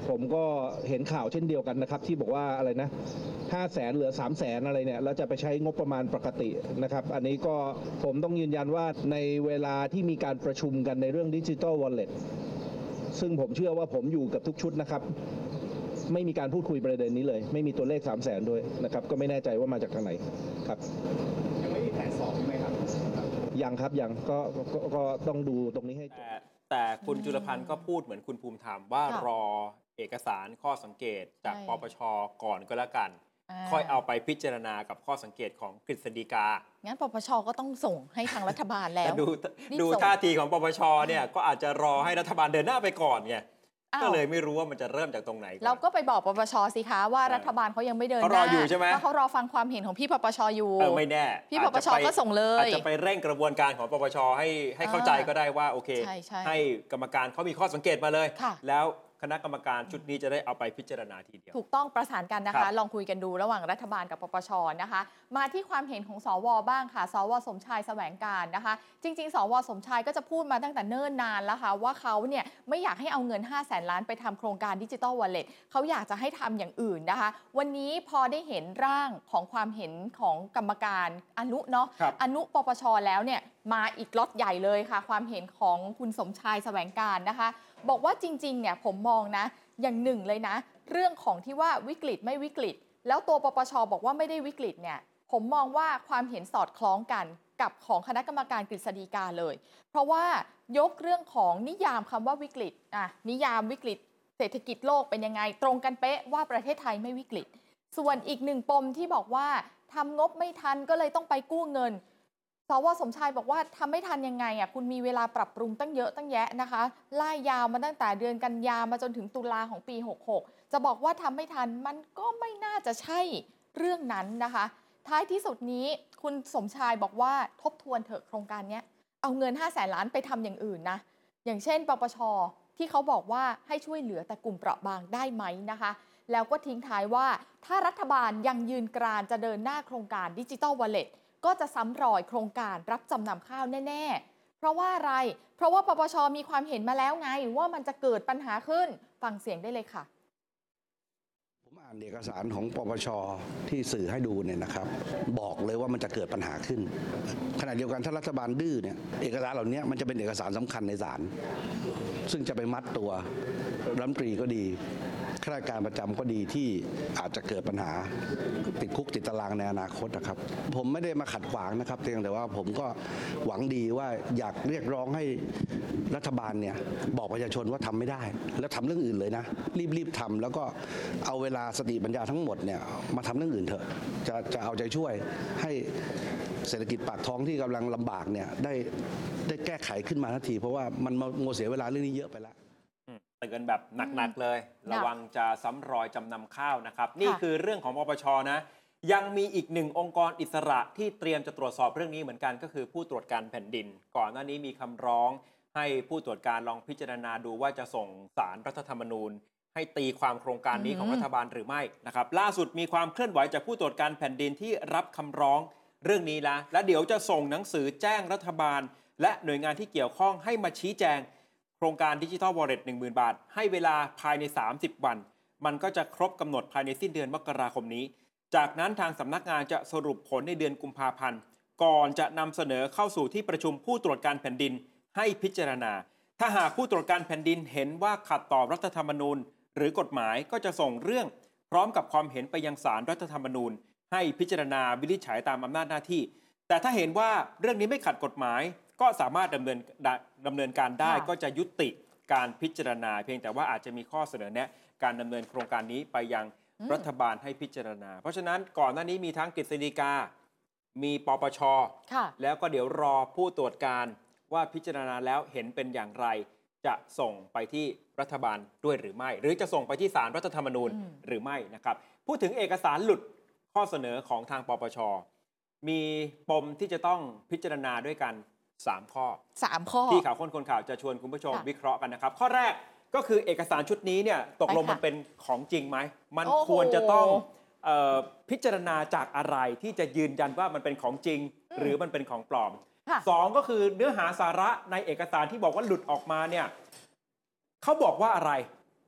ผมก็เห็นข่าวเช่นเดียวกันนะครับที่บอกว่าอะไรนะห้าแสนเหลือสามแสนอะไรเนี่ยแล้วจะไปใช้งบประมาณปกตินะครับอันนี้ก็ผมต้องยืนยันว่าในเวลาที่มีการประชุมกันในเรื่องดิจิทัลวอลเล็ตซึ่งผมเชื่อว่าผมอยู่กับทุกชุดนะครับไม่มีการพูดคุยประเด็นนี้เลยไม่มีตัวเลขสามแสนด้วยนะครับก็ไม่แน่ใจว่ามาจากทางไหนครับยังไม่มีแผนสองใช่ไหมครับยังครับยังก็ก็ก็ต้องดูตรงนี้ให้จบแต่แต่คุณจุลพันธ์ก็พูดเหมือนคุณภูมิธรรมว่าค่ะรอเอกสารข้อสังเกตจากใช่ปปชก่อนก็แล้วกันอ่าค่อยเอาไปพิจารณากับข้อสังเกตของกฤษฎีกางั้นปปชก็ต้องส่งให้ทางรัฐบาลแล้วแต่ดูรีบดูส่งท่าทีของปปชเนี่ยก็อาจจะรอให้รัฐบาลเดินหน้าไปก่อนไงอ้าวก็เลยไม่รู้ว่ามันจะเริ่มจากตรงไหนก่อนเราก็ไปบอกปปชสิคะว่าเออรัฐบาลเขายังไม่เดินเขาหรอน้าอยู่ใช่ไหมเพราะเขารอฟังความเห็นของพี่ปปชอยู่เออไม่แน่พี่ปปชอาจจะไก็ส่งเลยอาจจะไปเร่งกระบวนการของปปชให้ให้เข้าใจก็ได้ว่าโอเคใช่ใช่ให้กรรมการเขามีข้อสังเกตมาเลยค่ะแล้วคณะกรรมการชุดนี้จะได้เอาไปพิจารณาทีเดียวถูกต้องประสานกันนะครัคะบลองคุยกันดูระหว่างรัฐบาลกับปปชนะคะ มาที่ความเห็นของสวบ้างค่ะ สวสมชายแสวงการนะคะ จริง ๆ สวสมชายก็จะพูดมาตั้งแต่เนิ่นนานแล้วค่ะว่าเขาเนี่ยไม่อยากให้เอาเงินห้าแสนล้านไปทำโครงการดิจิ t a ลวอลเล็ตเขาอยากจะให้ทำอย่างอื่นนะคะ วันนี้พอได้เห็นร่างของความเห็นของกรรมการอนุเนาะครับอนุปปชแล้วเนี่ยมาอีกล็อตใหญ่เลยค่ะ ความเห็นของคุณสมชายแสวงการนะคะ บอกว่าจริงๆเนี่ยผมมองนะอย่างหนึ่งเลยนะ เรื่องของที่ว่าวิกฤตไม่วิกฤต แล้วตัวปปชบอกว่าไม่ได้วิกฤตเนี่ยผมมองว่าความเห็นสอดคล้องกันกับของคณะกรรมการกฤษฎีกาเลย เพราะว่ายกเรื่องของนิยามคำว่าวิกฤตอ่ะนิยามวิกฤต เศรษฐกิจโลกเป็นยังไงตรงกันเป๊ะว่าประเทศไทยไม่วิกฤต ส่วนอีกหนึ่งปมที่บอกว่าทำงบไม่ทันก็เลยต้องไปกู้เงิน สวสมชายบอกว่าทำไม่ทันยังไงอ่ะคุณมีเวลาปรับปรุงตั้งเยอะตั้งแยะนะคะไล่ยาวมาตั้งแต่เดือนกันยามาจนถึงตุลาของปีหกหกจะบอกว่าทำไม่ทันมันก็ไม่น่าจะใช่เรื่องนั้นนะคะ ท้ายที่สุดนี้คุณสมชายบอกว่าทบทวนเถอะโครงการนี้เอาเงินห้าแสนล้านไปทำอย่างอื่นนะอย่างเช่นปปชที่เขาบอกว่าให้ช่วยเหลือแต่กลุ่มเปราะบางได้ไหมนะคะแล้วก็ทิ้งท้ายว่าถ้ารัฐบาลยังยืนกรานจะเดินหน้าโครงการดิจิทัลวอลเล็ตก็จะซ้ำรอยโครงการรับจำนำข้าวแน่ๆเพราะว่าอะไรเพราะว่าปปชมีความเห็นมาแล้วไงว่ามันจะเกิดปัญหาขึ้นฟังเสียงได้เลยค่ะผมอ่านเอกสารของปปชที่สื่อให้ดูเนี่ยนะครับบอกเลยว่ามันจะเกิดปัญหาขึ้นขณะเดียวกันถ้ารัฐบาลดื้อเนี่ยเอกสารเหล่านี้มันจะเป็นเอกสารสำคัญในศาลซึ่งจะไปมัดตัวรัฐมนตรีก็ดีข้าราชการประจำก็ดีที่อาจจะเกิดปัญหาติดคุกติดตารางในอนาคตนะครับผมไม่ได้มาขัดขวางนะครับเพียงแต่ว่าผมก็หวังดีว่าอยากเรียกร้องให้รัฐบาลเนี่ยบอกประชาชนว่าทำไม่ได้แล้วทำเรื่องอื่นเลยนะรีบๆทำแล้วก็เอาเวลาสติปัญญาทั้งหมดเนี่ยมาทำเรื่องอื่นเถอะจะจะเอาใจช่วยให้เศรษฐกิจปากท้องที่กำลังลำบากเนี่ยได้ได้แก้ไขขึ้นมาทันทีเพราะว่ามันโมเสียเวลาเรื่องนี้เยอะไปแล้วเตือนแบบหนักๆเลยหนักระวังจะซ้ำรอยจำนำข้าวนะครับ นี่คือเรื่องของปปชนะ ยังมีอีกหนึ่งองค์กรอิสระที่เตรียมจะตรวจสอบเรื่องนี้เหมือนกันก็คือผู้ตรวจการแผ่นดิน ก่อนหน้านี้มีคำร้องให้ผู้ตรวจการลองพิจารณาดูว่าจะส่งสารรัฐธรรมนูญ ให้ตีความโครงการนี้ของรัฐบาลหรือไม่นะครับล่าสุดมีความเคลื่อนไหวจากผู้ตรวจการแผ่นดินที่รับคำร้องเรื่องนี้แล้วและเดี๋ยวจะส่งหนังสือแจ้งรัฐบาล และหน่วยงานที่เกี่ยวข้องให้มาชี้แจงโครงการดิจิทัลวอลเล็ต หนึ่งหมื่น บาทให้เวลาภายในสามสิบวันมันก็จะครบกำหนดภายในสิ้นเดือนมกราคมนี้จากนั้นทางสำนักงานจะสรุปผลในเดือนกุมภาพันธ์ก่อนจะนำเสนอเข้าสู่ที่ประชุมผู้ตรวจการแผ่นดินให้พิจารณาถ้าหากผู้ตรวจการแผ่นดินเห็นว่าขัดต่อรัฐธรรมนูญหรือกฎหมายก็จะส่งเรื่องพร้อมกับความเห็นไปยังศาลรัฐธรรมนูญให้พิจารณาวินิจฉัยตามอำนาจหน้าที่แต่ถ้าเห็นว่าเรื่องนี้ไม่ขัดกฎหมายก็สามารถดำเนินดำเนินการได้ก็จะยุติการพิจารณาเพียงแต่ว่าอาจจะมีข้อเสนอแนะการดำเนินโครงการนี้ไปยังรัฐบาลให้พิจารณาเพราะฉะนั้นก่อนหน้านี้มีทั้งกฤษฎีกามีปปชแล้วก็เดี๋ยวรอผู้ตรวจการว่าพิจารณาแล้วเห็นเป็นอย่างไรจะส่งไปที่รัฐบาลด้วยหรือไม่หรือจะส่งไปที่ศาลรัฐธรรมนูญหรือไม่นะครับพูดถึงเอกสารหลุดข้อเสนอของทางปปชมีปมที่จะต้องพิจารณาด้วยกันสามข้อสามข้อที่ข่าวค้นคนข่าวจะชวนคุณผู้ชมวิเคราะห์กันนะครับข้อแรกก็คือเอกสารชุดนี้เนี่ยตกลงมันเป็นของจริงไหมมันควรจะต้องเอ่อพิจารณาจากอะไรที่จะยืนยันว่ามันเป็นของจริงหรือมันเป็นของปลอมสองก็คือเนื้อหาสาระในเอกสารที่บอกว่าหลุดออกมาเนี่ยเขาบอกว่าอะไร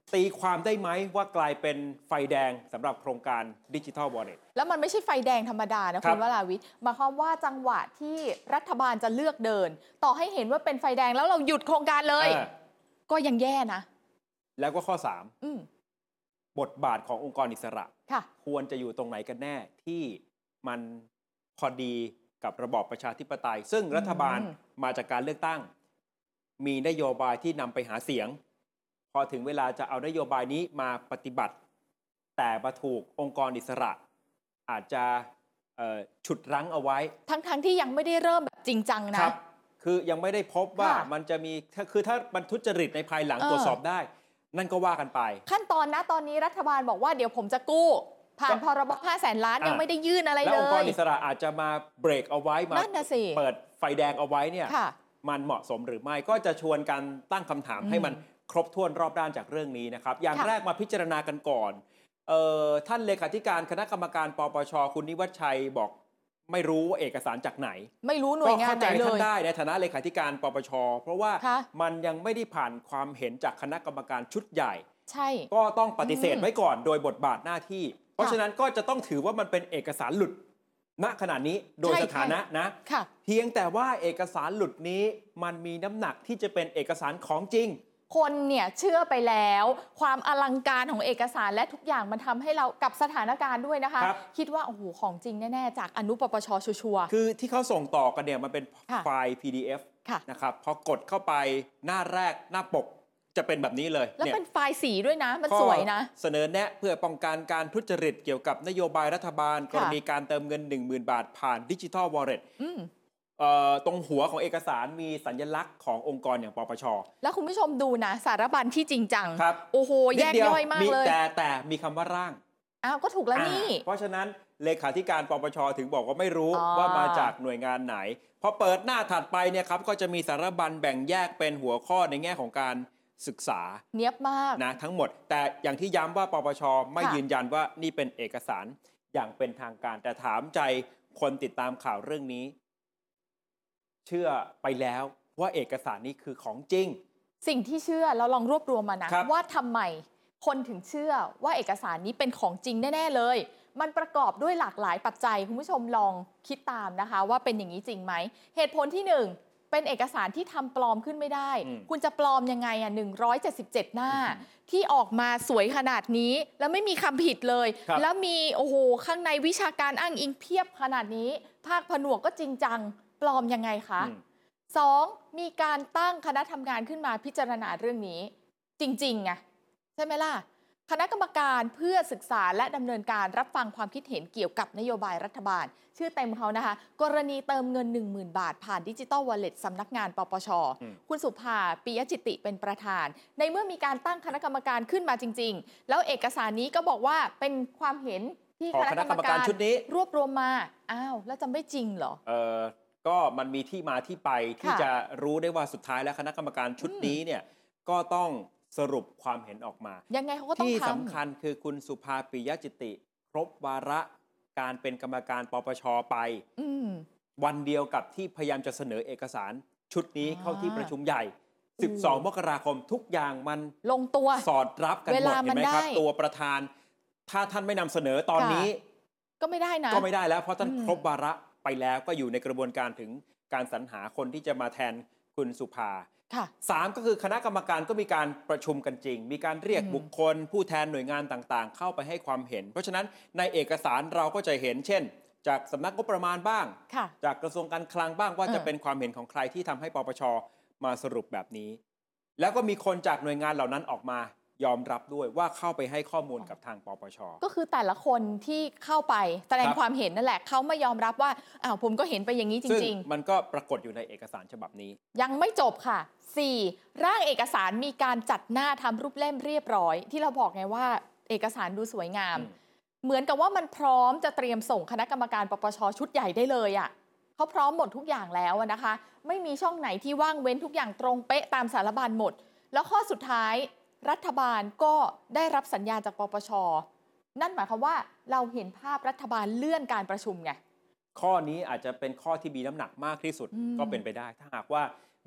ตีความได้ไหมว่ากลายเป็นไฟแดงสำหรับโครงการ Digital Wallet แล้วมันไม่ใช่ไฟแดงธรรมดานะครัคุบณวราวิทย์หมายความว่าจังหวะที่รัฐบาลจะเลือกเดิน ต่อให้เห็นว่าเป็นไฟแดงแล้วเราหยุดโครงการเลยอ่าก็ยังแย่นะแล้วก็ข้อสามอืมบทบาทขององค์กรอิสระค่ะควรจะอยู่ตรงไหนกันแน่ที่มันพอดีกับระบอบประชาธิปไตย ซึ่งรัฐบาลอืมมาจากการเลือกตั้ง มีนโยบายที่นำไปหาเสียง พอถึงเวลาจะเอานโยบายนี้มาปฏิบัติ แต่มาถูกองค์กรอิสระ อาจจะเอ่อฉุดรั้งเอาไว้ทั้งๆทที่ยังไม่ได้เริ่มแบบจริงจังนะครับ คือยังไม่ได้พบว่าค่ะมันจะมีถ้าคือถ้ามันทุจริตในภายหลังเออตรวจสอบได้ นั่นก็ว่ากันไปขั้นตอนนะตอนนี้รัฐบาลบอกว่าเดี๋ยวผมจะกู้ ผ่านก็พรบห้าแสนล้านอ่ะยังไม่ได้ยื่นอะไรแล้วเลองค์กรยอิสระอาจจะมาเบรกเอาไว้มานั่นน่ะสิเปิดไฟแดงเอาไว้เนี่ยค่ะมันเหมาะสมหรือไม่ก็จะชวนกันตั้งคำถามอืมให้มันครบถ้วนรอบด้านจากเรื่องนี้นะครับ อย่างค่ะแรกมาพิจารณากันก่อนเอ่อท่านเลขาธิการคณะกรรมการปปชคุณนิวัฒน์ชัยบอกไม่รู้ว่าเอกสารจากไหนไม่รู้หน่วยงานก็เข้าไหใจนเลท่านยได้ในฐานะเลขาธิการปปชเพราะว่าค่ะมันยังไม่ได้ผ่านความเห็นจากคณะกรรมการชุดใหญ่ใช่ก็ต้องปฏิเสธอืมไว้ก่อนโดยบทบาทหน้าที่ เพราะฉะนั้นก็จะต้องถือว่ามันเป็นเอกสารหลุดณขณะนี้โดยใช่สถานะนะค่ะเพียงแต่ว่าเอกสารหลุดนี้มันมีน้ำหนักที่จะเป็นเอกสารของจริงคนเนี่ยเชื่อไปแล้ว ความอลังการของเอกสารและทุกอย่างมันทำให้เรากับสถานการณ์ด้วยนะคะครับคิดว่าโอ้โหของจริงแน่ๆจากอนุปปชชัวร์คือที่เขาส่งต่อกันเนี่ยมันเป็นค่ะไฟล์ พี ดี เอฟค่ะนะครับพอกดเข้าไปหน้าแรกหน้าปกจะเป็นแบบนี้เลยแล้วเนี่ยเป็นไฟล์สีด้วยนะ มันข้อสวยนะเสนอแนะเพื่อป้องกันการทุจริตเกี่ยวกับนโยบายรัฐบาล กรณีการเติมเงิน หนึ่งหมื่น บาทผ่านดิจิทัลวอลเล็ตอืมตรงหัวของเอกสารมีสัญลักษณ์ขององค์กรอย่างปปชแล้วคุณผู้ชมดูนะ สารบัญที่จริงจังครับโอ้โห แยกนิดเดีวย่อยมากเลยแต่แต่มีคำว่าร่างอ้าว ก็ถูกแล้วนี่อ่าเพราะฉะนั้นเลขาธิการปปชถึงบอกว่าไม่รู้อ๋อว่ามาจากหน่วยงานไหนพอเปิดหน้าถัดไปเนี่ยครับก็จะมีสารบัญแบ่งแยกเป็นหัวข้อในแง่ของการศึกษาเนียบมากนะทั้งหมด แต่อย่างที่ย้ำว่าปปชไม่ค่ะยืนยันว่านี่เป็นเอกสารอย่างเป็นทางการ แต่ถามใจคนติดตามข่าวเรื่องนี้ เชื่อไปแล้วว่าเอกสารนี้คือของจริงสิ่งที่เชื่อเราลองรวบรวมมานะครับว่าทำไมคนถึงเชื่อว่าเอกสารนี้เป็นของจริงแน่ ๆ เลย มันประกอบด้วยหลากหลายปัจจัย คุณผู้ชมลองคิดตามนะคะ ว่าเป็นอย่างนี้จริงไหม เหตุผลที่หนึ่งเป็นเอกสารที่ทำปลอมขึ้นไม่ได้อืมคุณจะปลอมยังไงอ่ะหนึ่งร้อยเจ็ดสิบเจ็ดหน้า ที่ออกมาสวยขนาดนี้ แล้วไม่มีคำผิดเลยครับแล้วมีโอ้โหข้างในวิชาการอ้างอิงเพียบขนาดนี้ ภาคผนวกก็จริงจังปลอมยังไงคะอืมสองมีการตั้งคณะทำงานขึ้นมาพิจารณาเรื่องนี้ จริงๆไงใช่ไหมล่ะ คณะกรรมการเพื่อศึกษาและดำเนินการรับฟังความคิดเห็นเกี่ยวกับนโยบายรัฐบาล ชื่อเต็มเขานะคะ กรณีเติมเงิน หนึ่งหมื่น บาทผ่านดิจิตอลวอลเล็ตสำนักงานปปชอืมคุณสุภาปิยจิติเป็นประธาน ในเมื่อมีการตั้งคณะกรรมการขึ้นมาจริง ๆ แล้วเอกสารนี้ก็บอกว่าเป็นความเห็นที่ของคคณะณะกกรรรรมมกาการ รชุดนี้รวบรวมมาอ้าวแล้วจะไม่จริงเหรอเอ่อก็มันมีที่มาที่ไปที่ค่ะจะรู้ได้ว่าสุดท้ายแล้วคณะกรรมการชุดนี้เนี่ยก็ต้องสรุปความเห็นออกมายังไงเขาก็ต้องที่ทำสำคัญคือคุณสุภาปิยจิติ ครบวาระการเป็นกรรมการปปชไปอืมวันเดียวกับที่พยายามจะเสนอเอกสารชุดนี้อ่าเข้าที่ประชุมใหญ่ สิบสอง มกราคมทุกอย่างมันลงตัวสอดรับกันหเวมดลาเห็นไหมมันครับได้ตัวประธาน ถ้าท่านไม่นำเสนอตอนนี้ก็ไม่ได้นะก็ไม่ได้แล้วเพราะท่านอืมครบวาระไปแล้วก็อยู่ในกระบวนการถึงการสรรหาคนที่จะมาแทนคุณสุภาค่ะสามก็คือคณะกรรมการก็มีการประชุมกันจริง มีการเรียกอืมบุคคล ผู้แทนหน่วยงานต่างๆ เข้าไปให้ความเห็น เพราะฉะนั้นในเอกสารเราก็จะเห็น เช่น จากสำนักงบประมาณบ้างค่ะจากกระทรวงการคลังบ้างว่าเออจะเป็นความเห็นของใครที่ทำให้ปปชมาสรุปแบบนี้ แล้วก็มีคนจากหน่วยงานเหล่านั้นออกมายอมรับด้วยว่าเข้าไปให้ข้อมูลกับทางปปชก็คือแต่ละคนที่เข้าไปแสดงครับความเห็นนั่นแหละเขาไม่ยอมรับว่าอ้าวผมก็เห็นไปอย่างนี้จซึ่งริงมันก็ปรากฏอยู่ในเอกสารฉบับนี้ๆ ยังไม่จบค่ะ สี่ ร่างเอกสารมีการจัดหน้าทำรูปเล่มเรียบร้อย ที่เราบอกไงว่าเอกสารดูสวยงามอืมเหมือนกับว่ามันพร้อมจะเตรียมส่งคณะกรรมการปปชชุดใหญ่ได้เลยอะ่ะเขาพร้อมหมดทุกอย่างแล้วอะนะคะ ไม่มีช่องไหนที่ว่างเว้นทุกอย่างตรงเป๊ะตามสารบัญหมด แล้วข้อสุดท้ายรัฐบาลก็ได้รับสัญญาณจากปปช นั่นหมายความว่าเราเห็นภาพรัฐบาลเลื่อนการประชุมไงข้อนี้อาจจะเป็นข้อที่มีน้ำหนักมากที่สุดอืมก็เป็นไปได้ ถ้าหากว่า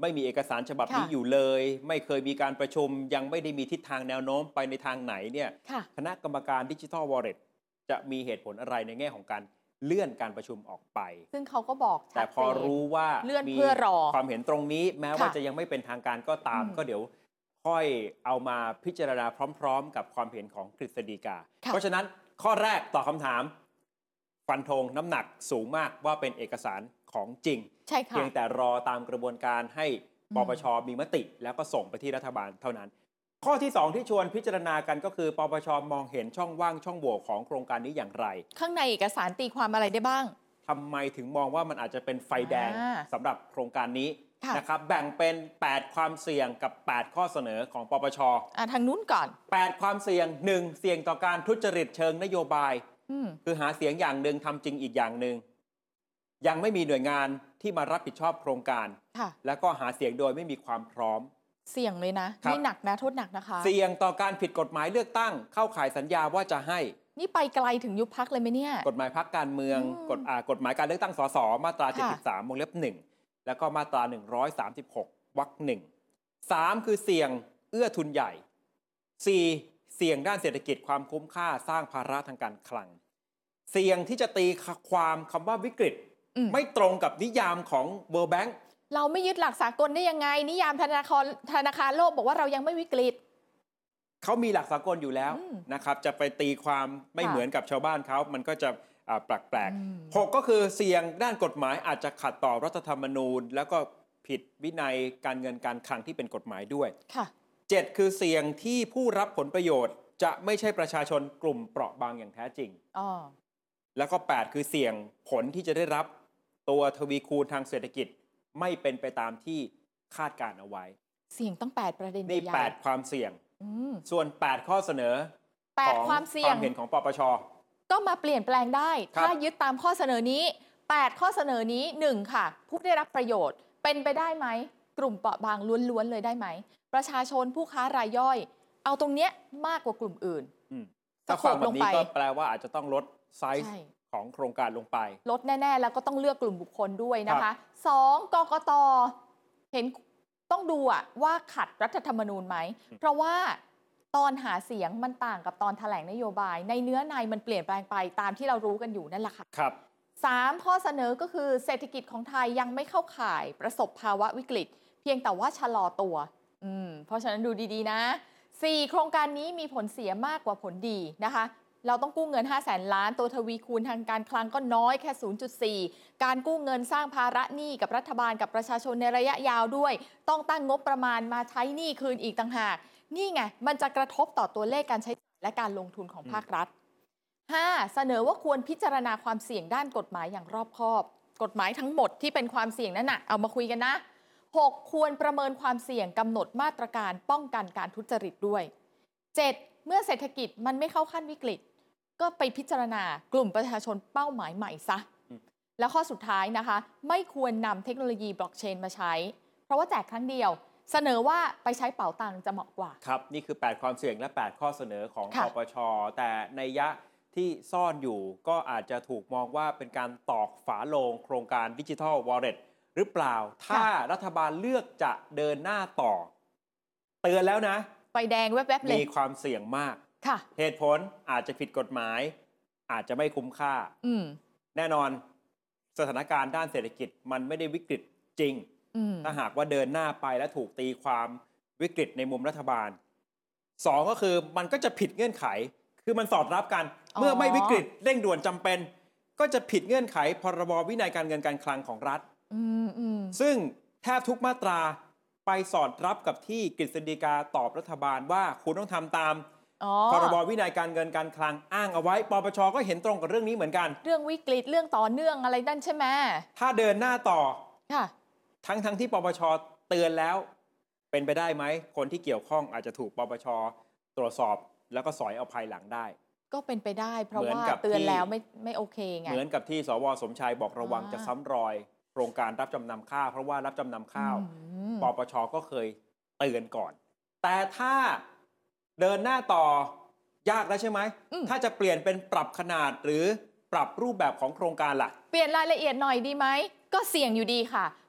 ไม่มีเอกสารฉบับนี้อยู่เลย ไม่เคยมีการประชุมยังไม่ได้มีทิศทางแนวโน้มไปในทางไหนเนี่ยคณะกรรมการดิจิทัลวอลเล็ตจะมีเหตุผลอะไรในแง่ของการเลื่อนการประชุมออกไปซึ่งเขาก็บอกแต่พอรู้ว่าเลื่อนเพื่อรอความเห็นตรงนี้แม้ว่าจะยังไม่เป็นทางการก็ตามก็เดี๋ยวค่อยเอามาพิจารณาพร้อมๆกับความเห็นของกฤษฎีกาเพราะฉะนั้นข้อแรกตอบคำถามฟันธงน้ำหนักสูงมากว่าเป็นเอกสารของจริงเพียงแต่รอตามกระบวนการให้ปปช.มีมติแล้วก็ส่งไปที่รัฐบาลเท่านั้นข้อที่สองที่ชวนพิจารณากันก็คือปปช.มองเห็นช่องว่างช่องโหว่ของโครงการนี้อย่างไรข้างในเอกสารตีความอะไรได้บ้างทำไมถึงมองว่ามันอาจจะเป็นไฟแดงสำหรับโครงการนี้นะครับแบ่งเป็นแปดความเสี่ยงกับแปดข้อเสนอของปปช. อ่ะทางนู้นก่อนแปดความเสี่ยงหนึ่งเสี่ยงต่อการทุจริตเชิงนโยบายคือหาเสียงอย่างหนึ่งทำจริงอีกอย่างหนึ่งยังไม่มีหน่วยงานที่มารับผิดชอบโครงการแล้วก็หาเสียงโดยไม่มีความพร้อมเสี่ยงเลยนะนี่หนักนะโทษหนักนะคะเสี่ยงต่อการผิดกฎหมายเลือกตั้งเข้าข่ายสัญญาว่าจะให้นี่ไปไกลถึงยุบพรรคเลยไหมเนี่ยกฎหมายพรรคการเมืองกฎอ่ากฎหมายการเลือกตั้งสสมาตราเจ็ดสิบสามวงเล็บหนึ่งแล้วก็มาตราหนึ่งร้อยสามสิบหกวรรคหนึ่งสามคือเสี่ยงเอื้อทุนใหญ่สี่เสี่ยงด้านเศรษฐกิจความคุ้มค่าสร้างภาระทางการคลังเสี่ยงที่จะตีความคำว่าวิกฤตไม่ตรงกับนิยามของ World Bank เราไม่ยึดหลักสากลได้ยังไงนิยามธนาคารธนาคารโลกบอกว่าเรายังไม่วิกฤตเขามีหลักสากลอยู่แล้วนะครับจะไปตีความไม่เหมือนกับชาวบ้านเขามันก็จะแปลกๆหกก็คือเสี่ยงด้านกฎหมายอาจจะขัดต่อรัฐธรรมนูญแล้วก็ผิดวินัยการเงินการคลังที่เป็นกฎหมายด้วยเจ็ดคือเสี่ยงที่ผู้รับผลประโยชน์จะไม่ใช่ประชาชนกลุ่มเปราะบางอย่างแท้จริงแล้วก็แปดคือเสี่ยงผลที่จะได้รับตัวทวีคูณทางเศรษฐกิจไม่เป็นไปตามที่คาดการเอาไว้เสี่ยงตั้งแปดประเด็นนี่แปดความเสี่ยงส่วนแปดข้อเสนอแปดความเสี่ยงความเห็นของปปช. ก็มาเปลี่ยนแปลงได้ถ้ายึดตามข้อเสนอนี้แปดข้อเสนอนี้หนึ่งค่ะผู้ได้รับประโยชน์เป็นไปได้ไหมกลุ่มเปราะบางล้วนๆเลยได้ไหมประชาชนผู้ค้ารายย่อยเอาตรงเนี้ยมากกว่ากลุ่มอื่นถ้าฟังแบบนี้ก็แปลว่าอาจจะต้องลดไซส์ของโครงการลงไปลดแน่ๆแล้วก็ต้องเลือกกลุ่มบุคคลด้วยนะคะสองกกต.เห็นต้องดูอะว่าขัดรัฐธรรมนูญไหมเพราะว่าตอนหาเสียงมันต่างกับตอนแถลงนโยบายในเนื้อในมันเปลี่ยนแปลงไปตามที่เรารู้กันอยู่นั่นแหละค่ะครับสามข้อเสนอก็คือเศรษฐกิจของไทยยังไม่เข้าข่ายประสบภาวะวิกฤตเพียงแต่ว่าชะลอตัวอืมเพราะฉะนั้นดูดีๆนะสี่โครงการนี้มีผลเสียมากกว่าผลดีนะคะเราต้องกู้เงินห้าแสนล้านตัวทวีคูณทางการคลังก็น้อยแค่ ศูนย์จุดสี่ การกู้เงินสร้างภาระหนี้กับรัฐบาลกับประชาชนในระยะยาวด้วยต้องตั้งงบประมาณมาใช้หนี้คืนอีกต่างหากนี่ไงมันจะกระทบต่อตัวเลขการใช้จ่ายและการลงทุนของภาครัฐ ห้า เสนอว่าควรพิจารณาความเสี่ยงด้านกฎหมายอย่างรอบคอบกฎหมายทั้งหมดที่เป็นความเสี่ยงนั้นน่ะเอามาคุยกันนะ หก ควรประเมินความเสี่ยงกำหนดมาตรการป้องกันการทุจริตด้วย เจ็ด เมื่อเศรษฐกิจมันไม่เข้าขั้นวิกฤตก็ไปพิจารณากลุ่มประชาชนเป้าหมายใหม่ซะแล้วข้อสุดท้ายนะคะไม่ควรนำเทคโนโลยีบล็อกเชนมาใช้เพราะว่าแจกครั้งเดียวเสนอว่าไปใช้เป๋าตังค์จะเหมาะกว่าครับนี่คือแปดความเสี่ยงและแปดข้อเสนอของปปช.แต่ในยะที่ซ่อนอยู่ก็อาจจะถูกมองว่าเป็นการตอกฝาโลงโครงการดิจิทัลวอลเล็ตหรือเปล่าถ้ารัฐบาลเลือกจะเดินหน้าต่อเตือนแล้วนะไฟแดงแวบๆเลยมีความเสี่ยงมากเหตุผลอาจจะผิดกฎหมายอาจจะไม่คุ้มค่าแน่นอนสถานการณ์ด้านเศรษฐกิจมันไม่ได้วิกฤตจริงถ้าหากว่าเดินหน้าไปแล้วถูกตีความวิกฤตในมุมรัฐบาลสองก็คือมันก็จะผิดเงื่อนไขคือมันสอดรับกันเมื่อไม่วิกฤตเร่งด่วนจำเป็นก็จะผิดเงื่อนไขพรบวินัยการเงินการคลังของรัฐซึ่งแทบทุกมาตราไปสอดรับกับที่กฤษฎีกาตอบรัฐบาลว่าคุณต้องทำตามพรบวินัยการเงินการคลังอ้างเอาไว้ปปช.ก็เห็นตรงกับเรื่องนี้เหมือนกันเรื่องวิกฤตเรื่องต่อเนื่องอะไรนั่นใช่ไหมถ้าเดินหน้าต่อทั้งทั้งที่ปปช.เตือนแล้วเป็นไปได้ไหมคนที่เกี่ยวข้องอาจจะถูกปปช.ตรวจสอบแล้วก็สอยเอาภายหลังได้ก็เป็นไปได้เพราะว่าเตือนแล้วไม่ไม่โอเคไงเหมือนกับที่สว.สมชายบอกระวังจะซ้ำรอยโครงการรับจำนำข้าวเพราะว่ารับจำนำข้าวปปช.ก็เคยเตือนก่อนแต่ถ้าเดินหน้าต่อยากแล้วใช่ไหมถ้าจะเปลี่ยนเป็นปรับขนาดหรือปรับรูปแบบของโครงการล่ะเปลี่ยนรายละเอียดหน่อยดีไหมก็เสี่ยงอยู่ดีค่ะ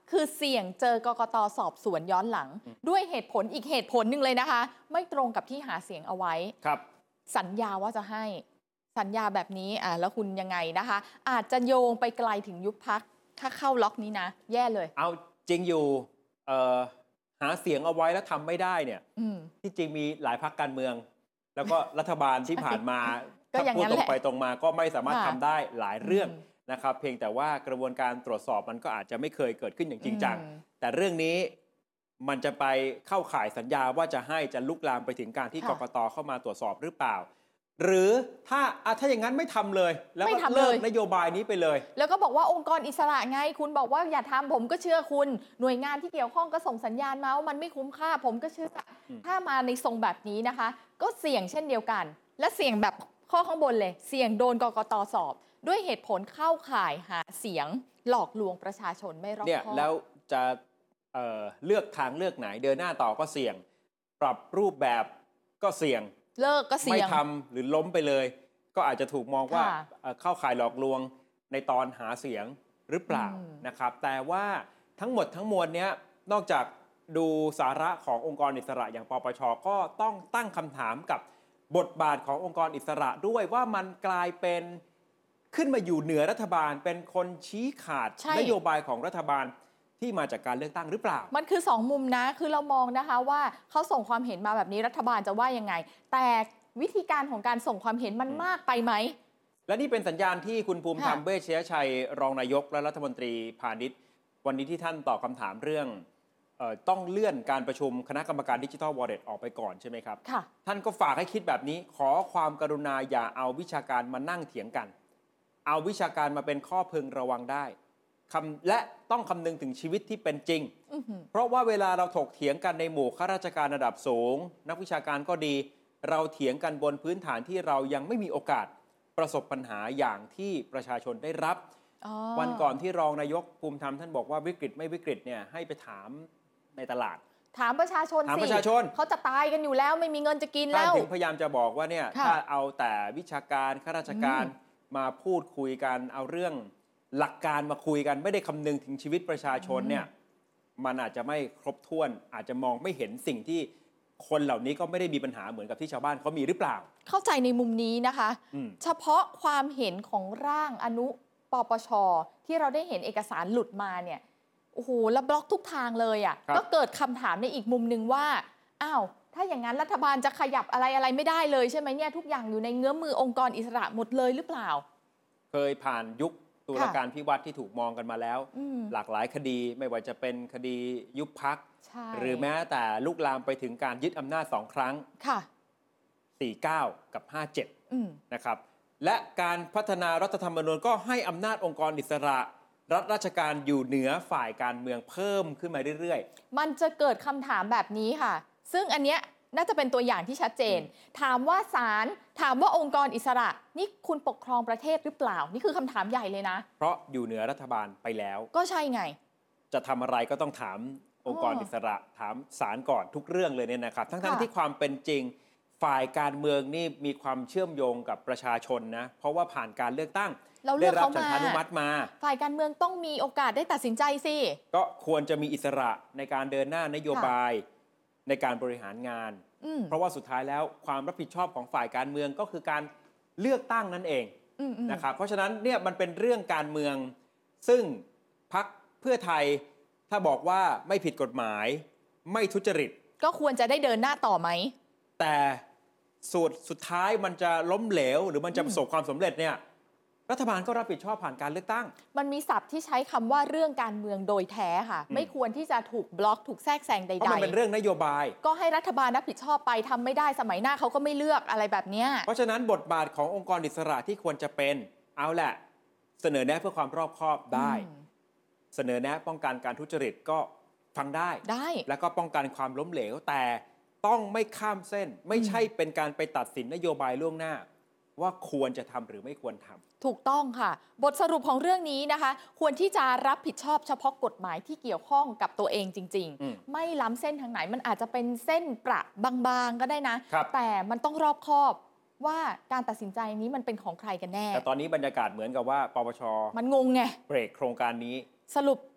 คือเสี่ยงเจอกกต.สอบสวนย้อนหลัง ด้วยเหตุผลอีกเหตุผลหนึ่งเลยนะคะ ไม่ตรงกับที่หาเสียงเอาไว้ครับสัญญาว่าจะให้สัญญาแบบนี้อ่าแล้วคุณยังไงนะคะ อาจจะโยงไปไกลถึงยุบพรรคถ้าเข้าล็อกนี้นะแย่เลยเอาจริงอยู่เอ่อหาเสียงเอาไว้แล้วทำไม่ได้เนี่ยที่จริงมีหลายพรรคการเมือง แล้วก็รัฐบาลที่ผ่านมาถ้าพูดตรงไปตรงมาก็ไม่สามารถทำได้หลายเรื่องนะครับเพียงแต่ว่ากระบวนการตรวจสอบมันก็อาจจะไม่เคยเกิดขึ้นอย่างจริงจังแต่เรื่องนี้มันจะไปเข้าข่ายสัญญาว่าจะให้จะลุกลามไปถึงการที่กกต.เข้ามาตรวจสอบหรือเปล่าหรือถ้าถ้าอย่างนั้นไม่ทำเลยแล้วก็เลิกนโยบายนี้ไปเลยแล้วก็บอกว่าองค์กรอิสระไงคุณบอกว่าอย่าทำผมก็เชื่อคุณหน่วยงานที่เกี่ยวข้องก็ส่งสัญญาณมาว่ามันไม่คุ้มค่าผมก็เชื่อถ้ามาในทรงแบบนี้นะคะก็เสี่ยงเช่นเดียวกันและเสี่ยงแบบข้อข้างบนเลยเสี่ยงโดนกกต.สอบด้วยเหตุผลเข้าข่ายหาเสียงหลอกลวงประชาชนไม่รอบคอบเนี่ยแล้วจะเอ่อเลือกทางเลือกไหนเดินหน้าต่อก็เสี่ยงปรับรูปแบบก็เสี่ยงเลิกก็เสี่ยงไม่ทำหรือล้มไปเลยก็อาจจะถูกมองว่าเข้าข่ายหลอกลวงในตอนหาเสียงหรือเปล่านะครับแต่ว่าทั้งหมดทั้งมวลนี้นอกจากดูสาระขององค์กรอิสระอย่างปปช.ก็ต้องตั้งคำถามกับบทบาทขององค์กรอิสระด้วยว่ามันกลายเป็นขึ้นมาอยู่เหนือรัฐบาลเป็นคนชี้ขาดนโยบายของรัฐบาลที่มาจากการเลือกตั้งหรือเปล่ามันคือสองมุมนะคือเรามองนะคะว่าเขาส่งความเห็นมาแบบนี้รัฐบาลจะว่ายังไงแต่วิธีการของการส่งความเห็นมันมากไปไหมและนี่เป็นสัญญาณที่คุณภูมิธรรมเวชชยชัยรองนายกและรัฐมนตรีพาณิชย์วันนี้ที่ท่านตอบคำถามเรื่องเอ่อต้องเลื่อนการประชุมคณะกรรมการดิจิทัลวอลเล็ตออกไปก่อนใช่ไหมครับท่านก็ฝากให้คิดแบบนี้ขอความกรุณาอย่าเอาวิชาการมานั่งเถียงกันเอาวิชาการมาเป็นข้อพึงระวังได้และต้องคำนึงถึงชีวิตที่เป็นจริงเพราะว่าเวลาเราถกเถียงกันในหมู่ข้าราชการระดับสูงนักวิชาการก็ดีเราเถียงกันบนพื้นฐานที่เรายังไม่มีโอกาสประสบปัญหาอย่างที่ประชาชนได้รับวันก่อนที่รองนายกภูมิธรรมท่านบอกว่าวิกฤตไม่วิกฤตเนี่ยให้ไปถามในตลาดถามประชาชนสิถามประชาชนเขาจะตายกันอยู่แล้วไม่มีเงินจะกินแล้วท่านถึงพยายามจะบอกว่าเนี่ยถ้าเอาแต่วิชาการข้าราชการมาพูดคุยกันเอาเรื่องหลักการมาคุยกันไม่ได้คำนึงถึงชีวิตประชาชนเนี่ยมันอาจจะไม่ครบถ้วนอาจจะมองไม่เห็นสิ่งที่คนเหล่านี้ก็ไม่ได้มีปัญหาเหมือนกับที่ชาวบ้านเขามีหรือเปล่าเข้าใจในมุมนี้นะคะเฉพาะความเห็นของร่างอนุปปช.ที่เราได้เห็นเอกสารหลุดมาเนี่ยโอ้โหแล้วบล็อกทุกทางเลยอ่ะก็เกิดคำถามในอีกมุมหนึ่งว่าอ้าวถ้าอย่างนั้นรัฐบาลจะขยับอะไรอะไรไม่ได้เลยใช่ไหมเนี่ยทุกอย่างอยู่ในเงื้อมือองค์กรอิสระหมดเลยหรือเปล่าเคยผ่านยุคตุลาการพิวัตรที่ถูกมองกันมาแล้วหลากหลายคดีไม่ว่าจะเป็นคดียุบพรรคหรือแม้แต่ลุกลามไปถึงการยึดอำนาจสองครั้งสี่สิบเก้ากับห้าสิบเจ็ดนะครับและการพัฒนารัฐธรรมนูญก็ให้อำนาจองค์กรอิสระรัฐราชการอยู่เหนือฝ่ายการเมืองเพิ่มขึ้นมาเรื่อยๆมันจะเกิดคำถามแบบนี้ค่ะซึ่งอันเนี้ยน่าจะเป็นตัวอย่างที่ชัดเจนถามว่าศาลถามว่าองค์กรอิสระนี่คุณปกครองประเทศหรือเปล่านี่คือคำถามใหญ่เลยนะเพราะอยู่เหนือรัฐบาลไปแล้วก็ใช่ไงจะทำอะไรก็ต้องถามองค์กรอิสระถามศาลก่อนทุกเรื่องเลยเนี่ยนะครับทั้งๆที่ความเป็นจริงฝ่ายการเมืองนี่มีความเชื่อมโยงกับประชาชนนะเพราะว่าผ่านการเลือกตั้งได้รับฉันทานุมัติมาฝ่ายการเมืองต้องมีโอกาสได้ตัดสินใจสิก็ควรจะมีอิสระในการเดินหน้านโยบายในการบริหารงานเพราะว่าสุดท้ายแล้วความรับผิดชอบของฝ่ายการเมืองก็คือการเลือกตั้งนั่นเองนะครับเพราะฉะนั้นเนี่ยมันเป็นเรื่องการเมืองซึ่งพรรคเพื่อไทยถ้าบอกว่าไม่ผิดกฎหมายไม่ทุจริตก็ควรจะได้เดินหน้าต่อไหมแต่สุดสุดท้ายมันจะล้มเหลวหรือมันจะประสบความสำเร็จเนี่ยรัฐบาลก็รับผิดชอบผ่านการเลือกตั้งมันมีศัพท์ที่ใช้คำว่าเรื่องการเมืองโดยแท้ค่ะไม่ควรที่จะถูกบล็อกถูกแทรกแซงใดๆเพราะมันเป็นเรื่องนโยบายก็ให้รัฐบาลรับผิดชอบไปทำไม่ได้สมัยหน้าเขาก็ไม่เลือกอะไรแบบนี้เพราะฉะนั้นบทบาทขององค์กรอิสระที่ควรจะเป็นเอาแหละเสนอแนะเพื่อความรอบคอบได้เสนอแนะป้องกันการทุจริตก็ฟังได้ได้แล้วก็ป้องกันความล้มเหลวแต่ต้องไม่ข้ามเส้นไม่ใช่เป็นการไปตัดสินนโยบายล่วงหน้าว่าควรจะทำหรือไม่ควรทำถูกต้องค่ะบทสรุปของเรื่องนี้นะคะควรที่จะรับผิดชอบเฉพาะกฎหมายที่เกี่ยวข้องกับตัวเองจริงๆไม่ล้ำเส้นทางไหนมันอาจจะเป็นเส้นประบางๆก็ได้นะแต่มันต้องรอบคอบว่าการตัดสินใจนี้มันเป็นของใครกันแน่แต่ตอนนี้บรรยากาศเหมือนกับว่าปปช. มันงงไงเบรกโครงการนี้สรุป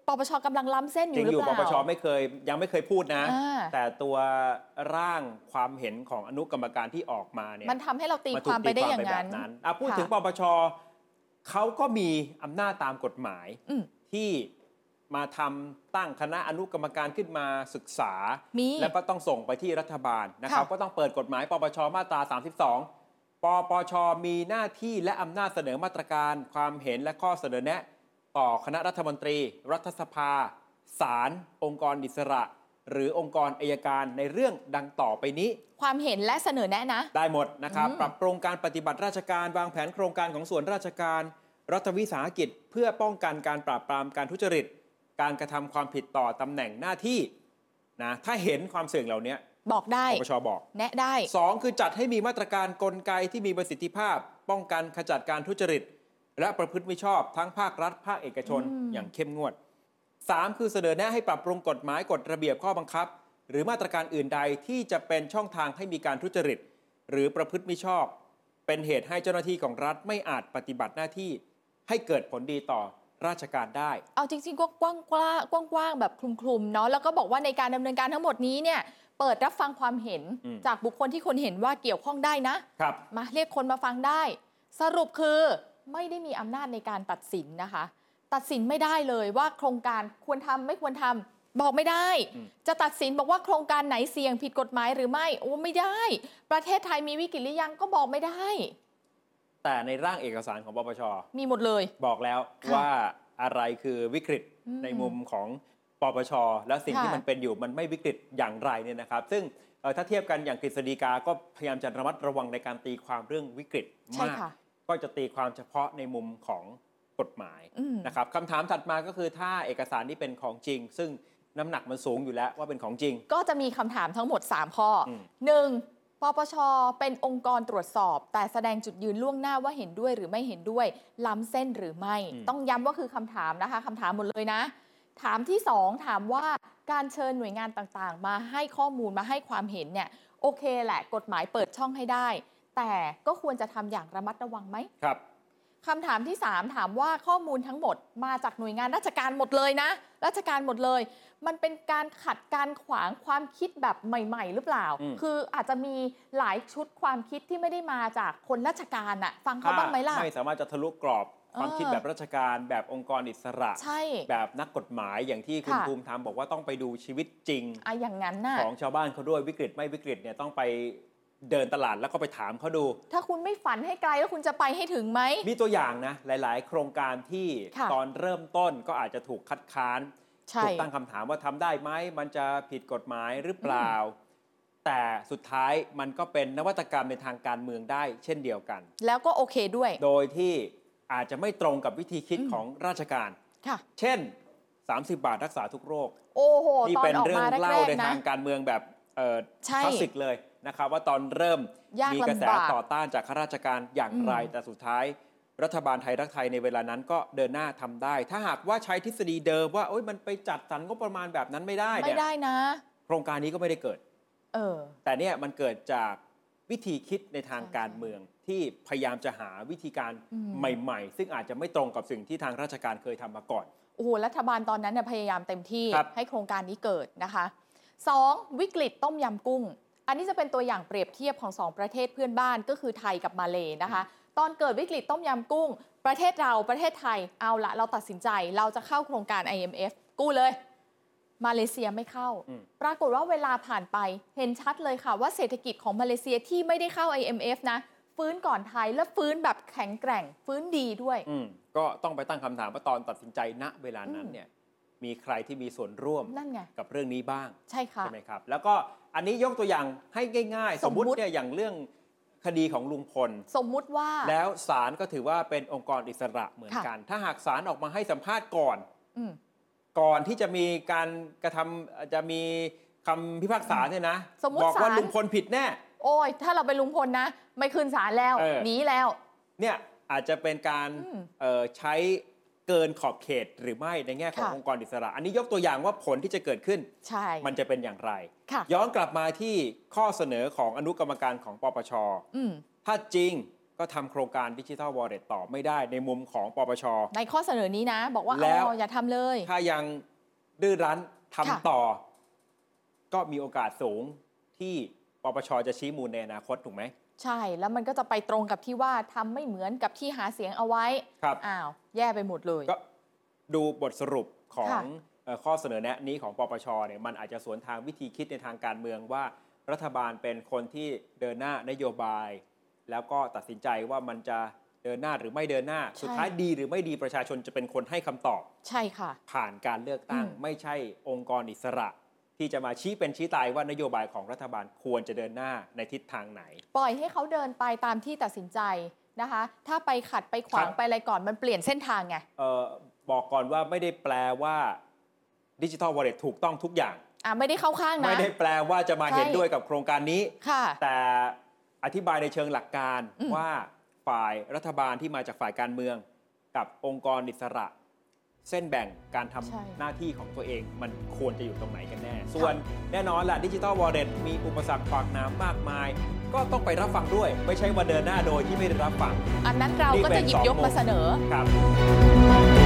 ปปชกำลังล้ำเส้นอจริยู่งหรืออยู่เปปล่าปชไม่เคยยังไม่เคยพูดนะอ่าแต่ตัวร่างความเห็นของอนุกรรมการที่ออกมาเนี่ยมันทำให้เราตีมันคถูกวามไปได้อย่างแบนั้นบนั้นอ่ะพูดค่ะถึงปปชเขาก็มีอำนาจตามกฎหมายอืมที่มาทำตั้งคณะอนุกรรมการขึ้นมาศึกษามีแล้วก็ต้องส่งไปที่รัฐบาลนะครับค่ะก็ต้องเปิดกฎหมายปปชมาตรา สามสิบสอง ปปชมีหน้าที่และอำนาจเสนอมาตรการความเห็นและข้อเสนอแนะ ต่อคณะรัฐมนตรี รัฐสภาศาลองค์กรอิสระ หรือองค์กรอัยการในเรื่องดังต่อไปนี้ความเห็นและเสนอแนะนะได้หมดนะครับอืมปรับปรุงการปฏิบัติราชการวางแผนโครงการของส่วนราชการ รัฐวิสาหกิจ เพื่อป้องกันการปราบปรามการทุจริต การกระทำความผิดต่อตำแหน่งหน้าที่นะถ้าเห็นความเสี่ยงเหล่านี้บอกได้ปปชบอกแนะได้สองคือจัดให้มีมาตรการกลไกที่มีประสิทธิภาพ ป้องกันขจัดการทุจริต และประพฤติมิชอบทั้งภาครัฐภาคเอกชนอืมอย่างเข้มงวด สามคือเสนอแนะให้ปรับปรุงกฎหมายกฎระเบียบข้อบังคับ หรือมาตรการอื่นใดที่จะเป็นช่องทางให้มีการทุจริต หรือประพฤติมิชอบ เป็นเหตุให้เจ้าหน้าที่ของรัฐไม่อาจปฏิบัติหน้าที่ ให้เกิดผลดีต่อราชการได้เอาจริงๆก็กว้างๆกว้างๆแบบคลุมๆเนาะแล้วก็บอกว่าในการดำเนินการทั้งหมดนี้เนี่ยเปิดรับฟังความเห็นอืมจากบุคคลที่คนเห็นว่าเกี่ยวข้องได้นะครับมาเรียกคนมาฟังได้ สรุปคือไม่ได้มีอำนาจในการตัดสินนะคะ ตัดสินไม่ได้เลยว่าโครงการควรทำไม่ควรทำบอกไม่ได้อืมจะตัดสินบอกว่าโครงการไหนเสี่ยงผิดกฎหมายหรือไม่โอ้ไม่ได้ ประเทศไทยมีวิกฤตหรือยังก็บอกไม่ได้แต่ในร่างเอกสารของปปชมีหมดเลยบอกแล้วค่ะว่าอะไรคือวิกฤตอืมในมุมของปปช และสิ่งค่ะที่มันเป็นอยู่มันไม่วิกฤตอย่างไรเนี่ยนะครับ ซึ่งเอ่อถ้าเทียบกันอย่างกฤษฎีกาก็พยายามจะระมัดระวังในการตีความเรื่องวิกฤตใช่มากค่ะก็จะตีความเฉพาะในมุมของกฎหมายอืมนะครับคำถามถัดมาก็คือถ้าเอกสารนี้เป็นของจริง ซึ่งน้ำหนักมันสูงอยู่แล้วว่าเป็นของจริงก็จะมีคำถามทั้งหมด สาม ข้ออืมหนึ่ง ปปช เป็นองค์กรตรวจสอบ แต่แสดงจุดยืนล่วงหน้าว่าเห็นด้วยหรือไม่เห็นด้วย ล้ำเส้นหรือไม่ ต้องย้ำว่าคือคำถามนะคะคำถามหมดเลยนะ ถามที่ สอง ถามว่าการเชิญหน่วยงานต่างๆ มาให้ข้อมูลมาให้ความเห็นเนี่ยโอเคแหละกฎหมายเปิดช่องให้ได้ แต่ก็ควรจะทำอย่างระมัดระวังไหมครับคำถามที่ สาม ถามว่าข้อมูลทั้งหมดมาจากหน่วยงานราชการหมดเลยนะ ราชการหมดเลย มันเป็นการขัดการขวางความคิดแบบใหม่ ๆ หรือเปล่าอืมคืออาจจะมีหลายชุดความคิดที่ไม่ได้มาจากคนราชการอะฟังเขาบ้างไหมล่ะไม่สามารถจะทะลุกรอบความเออคิดแบบราชการแบบองค์กรอิสระใช่แบบนักกฎหมายอย่างที่คุณค่ะภูมิธรรมบอกว่าต้องไปดูชีวิตจริงอะอย่างนั้นน่ะของชาวบ้านเขาด้วยวิกฤตไม่วิกฤตเนี่ยต้องไปเดินตลาดแล้วก็ไปถามเขาดูถ้าคุณไม่ฝันให้ไกลแล้วคุณจะไปให้ถึงไหมมีตัวอย่างนะหลาย ๆ โครงการที่ค่ะตอนเริ่มต้นก็อาจจะถูกคัดค้านใช่ถูกตั้งคำถามว่าทำได้ไหมมันจะผิดกฎหมายหรือเปล่า แต่สุดท้ายมันก็เป็นนวัตกรรมในทางการเมืองได้เช่นเดียวกันแล้วก็โอเคด้วยโดยที่อาจจะไม่ตรงกับวิธีคิดอืมของราชการค่ะเช่น สามสิบบาทรักษาทุกโรคโอ้โหนี่ตอนเป็นออกเรื่องมาเล่าแรกในๆนะทางการเมืองแบบเอ่อใช่คลาสสิกเลยนะครับว่าตอนเริ่มยากมีกระแสลำบากต่อต้านจากข้าราชการอย่างไรอืมแต่สุดท้ายรัฐบาลไทยรักไทยในเวลานั้นก็เดินหน้าทำได้ ถ้าหากว่าใช้ทฤษฎีเดิมว่าโอ๊ยมันไปจัดสรรงบประมาณแบบนั้นไม่ได้ไม่เนี่ยได้นะโครงการนี้ก็ไม่ได้เกิดเออแต่เนี่ยมันเกิดจากวิธีคิดในทางใช่การเมืองที่พยายามจะหาวิธีการอืมใหม่ๆ ซึ่งอาจจะไม่ตรงกับสิ่งที่ทางราชการเคยทำมาก่อนโอ้โหรัฐบาลตอนนั้นเนี่ยพยายามเต็มที่ครับให้โครงการนี้เกิดนะคะสองวิกฤตต้มยำกุ้ง อันนี้จะเป็นตัวอย่างเปรียบเทียบของสองประเทศเพื่อนบ้านก็คือไทยกับมาเลนะคะ ตอนเกิดวิกฤตต้มยำกุ้ง ประเทศเราประเทศไทยเอาละเราตัดสินใจเราจะเข้าโครงการ ไอ เอ็ม เอฟ กู้เลย มาเลเซียไม่เข้าอืมปรากฏว่าเวลาผ่านไปเห็นชัดเลยค่ะว่าเศรษฐกิจของมาเลเซียที่ไม่ได้เข้า ไอ เอ็ม เอฟ นะฟื้นก่อนไทยและฟื้นแบบแข็งแกร่ง ฟื้นดีด้วยอืมก็ต้องไปตั้งคำถามว่าตอนตัดสินใจณเวลานั้นอืมเนี่ยมีใครที่มีส่วนร่วมนั่นไงกับเรื่องนี้บ้างใช่ค่ะใช่ไหมครับ แล้วก็อันนี้ยกตัวอย่างให้ง่ายๆสสมมมุมุติติเนี่ยอย่างเรื่องคดีของลุงพลสมมุติว่าแล้วศาลก็ถือว่าเป็นองค์กรอิสระเหมือนค่ะกัน ถ้าหากศาลออกมาให้สัมภาษณ์ก่อนอืมก่อนที่จะมีการกระทำจะมีคำพิพากษาเนี่ยนะสมมุติบอกว่าศาลลุงพลผิดแน่โอ้ยถ้าเราเป็นลุงพลนะ ไม่ขึ้นศาลแล้วเออหนีแล้วเนี่ยอาจจะเป็นการอืมเอ่อใช้เกินขอบเขตหรือไม่ในแง่ของค่ะองค์กรอิสระ อันนี้ยกตัวอย่างว่าผลที่จะเกิดขึ้นใช่มันจะเป็นอย่างไรค่ะย้อนกลับมาที่ข้อเสนอของอนุกรรมการของปปชอืมถ้าจริงก็ทำโครงการดิจิทัลวอลเล็ตต่อไม่ได้ในมุมของปปช. ในข้อเสนอนี้นะ บอกว่าแล้วอ๋ออย่าทำเลยถ้ายังดื้อรั้นทำค่ะต่อ ก็มีโอกาสสูงที่ปปช.จะชี้มูลในอนาคตถูกไหมใช่แล้วมันก็จะไปตรงกับที่ว่าทำไม่เหมือนกับที่หาเสียงเอาไว้ครับอ้าวแย่ไปหมดเลยก็ดูบทสรุปของค่ะเอ่อข้อเสนอแนะนี้ของปปช.เนี่ยมันอาจจะสวนทางวิธีคิดในทางการเมืองว่ารัฐบาลเป็นคนที่เดินหน้านโยบาย แล้วก็ตัดสินใจว่ามันจะเดินหน้าหรือไม่เดินหน้า สุดท้ายดีหรือไม่ดีประชาชนจะเป็นคนให้คำตอบใช่ค่ะผ่านการเลือกตั้งอืมไม่ใช่องค์กรอิสระ ที่จะมาชี้เป็นชี้ตายว่านโยบายของรัฐบาลควรจะเดินหน้าในทิศทางไหนปล่อยให้เขาเดินไปตามที่ตัดสินใจนะคะ ถ้าไปขัดไปขวางครับไปอะไรก่อนมันเปลี่ยนเส้นทางไงเอ่อบอกก่อนว่าไม่ได้แปลว่าดิจิทัลวอลเล็ตถูกต้องทุกอย่างอ่ะไม่ได้เข้าข้างนะไม่ได้แปลว่าจะมาใช่เห็นด้วยกับโครงการนี้ค่ะแต่อธิบายในเชิงหลักการอืมว่าฝ่ายรัฐบาลที่มาจากฝ่ายการเมือง กับองค์กรอิสระ เส้นแบ่งการทำใช่หน้าที่ของตัวเองมันควรจะอยู่ตรงไหนกันแน่ ส่วนแน่นอนแหละดิจิทัลวอลเล็ตมีอุปสรรคขวากหน้ำมากมาย ก็ต้องไปรับฟังด้วย ไม่ใช่ว่าเดินหน้าโดยที่ไม่ได้รับฟังอันนั้นเราก็จะหยิบยกมาเสนอครับ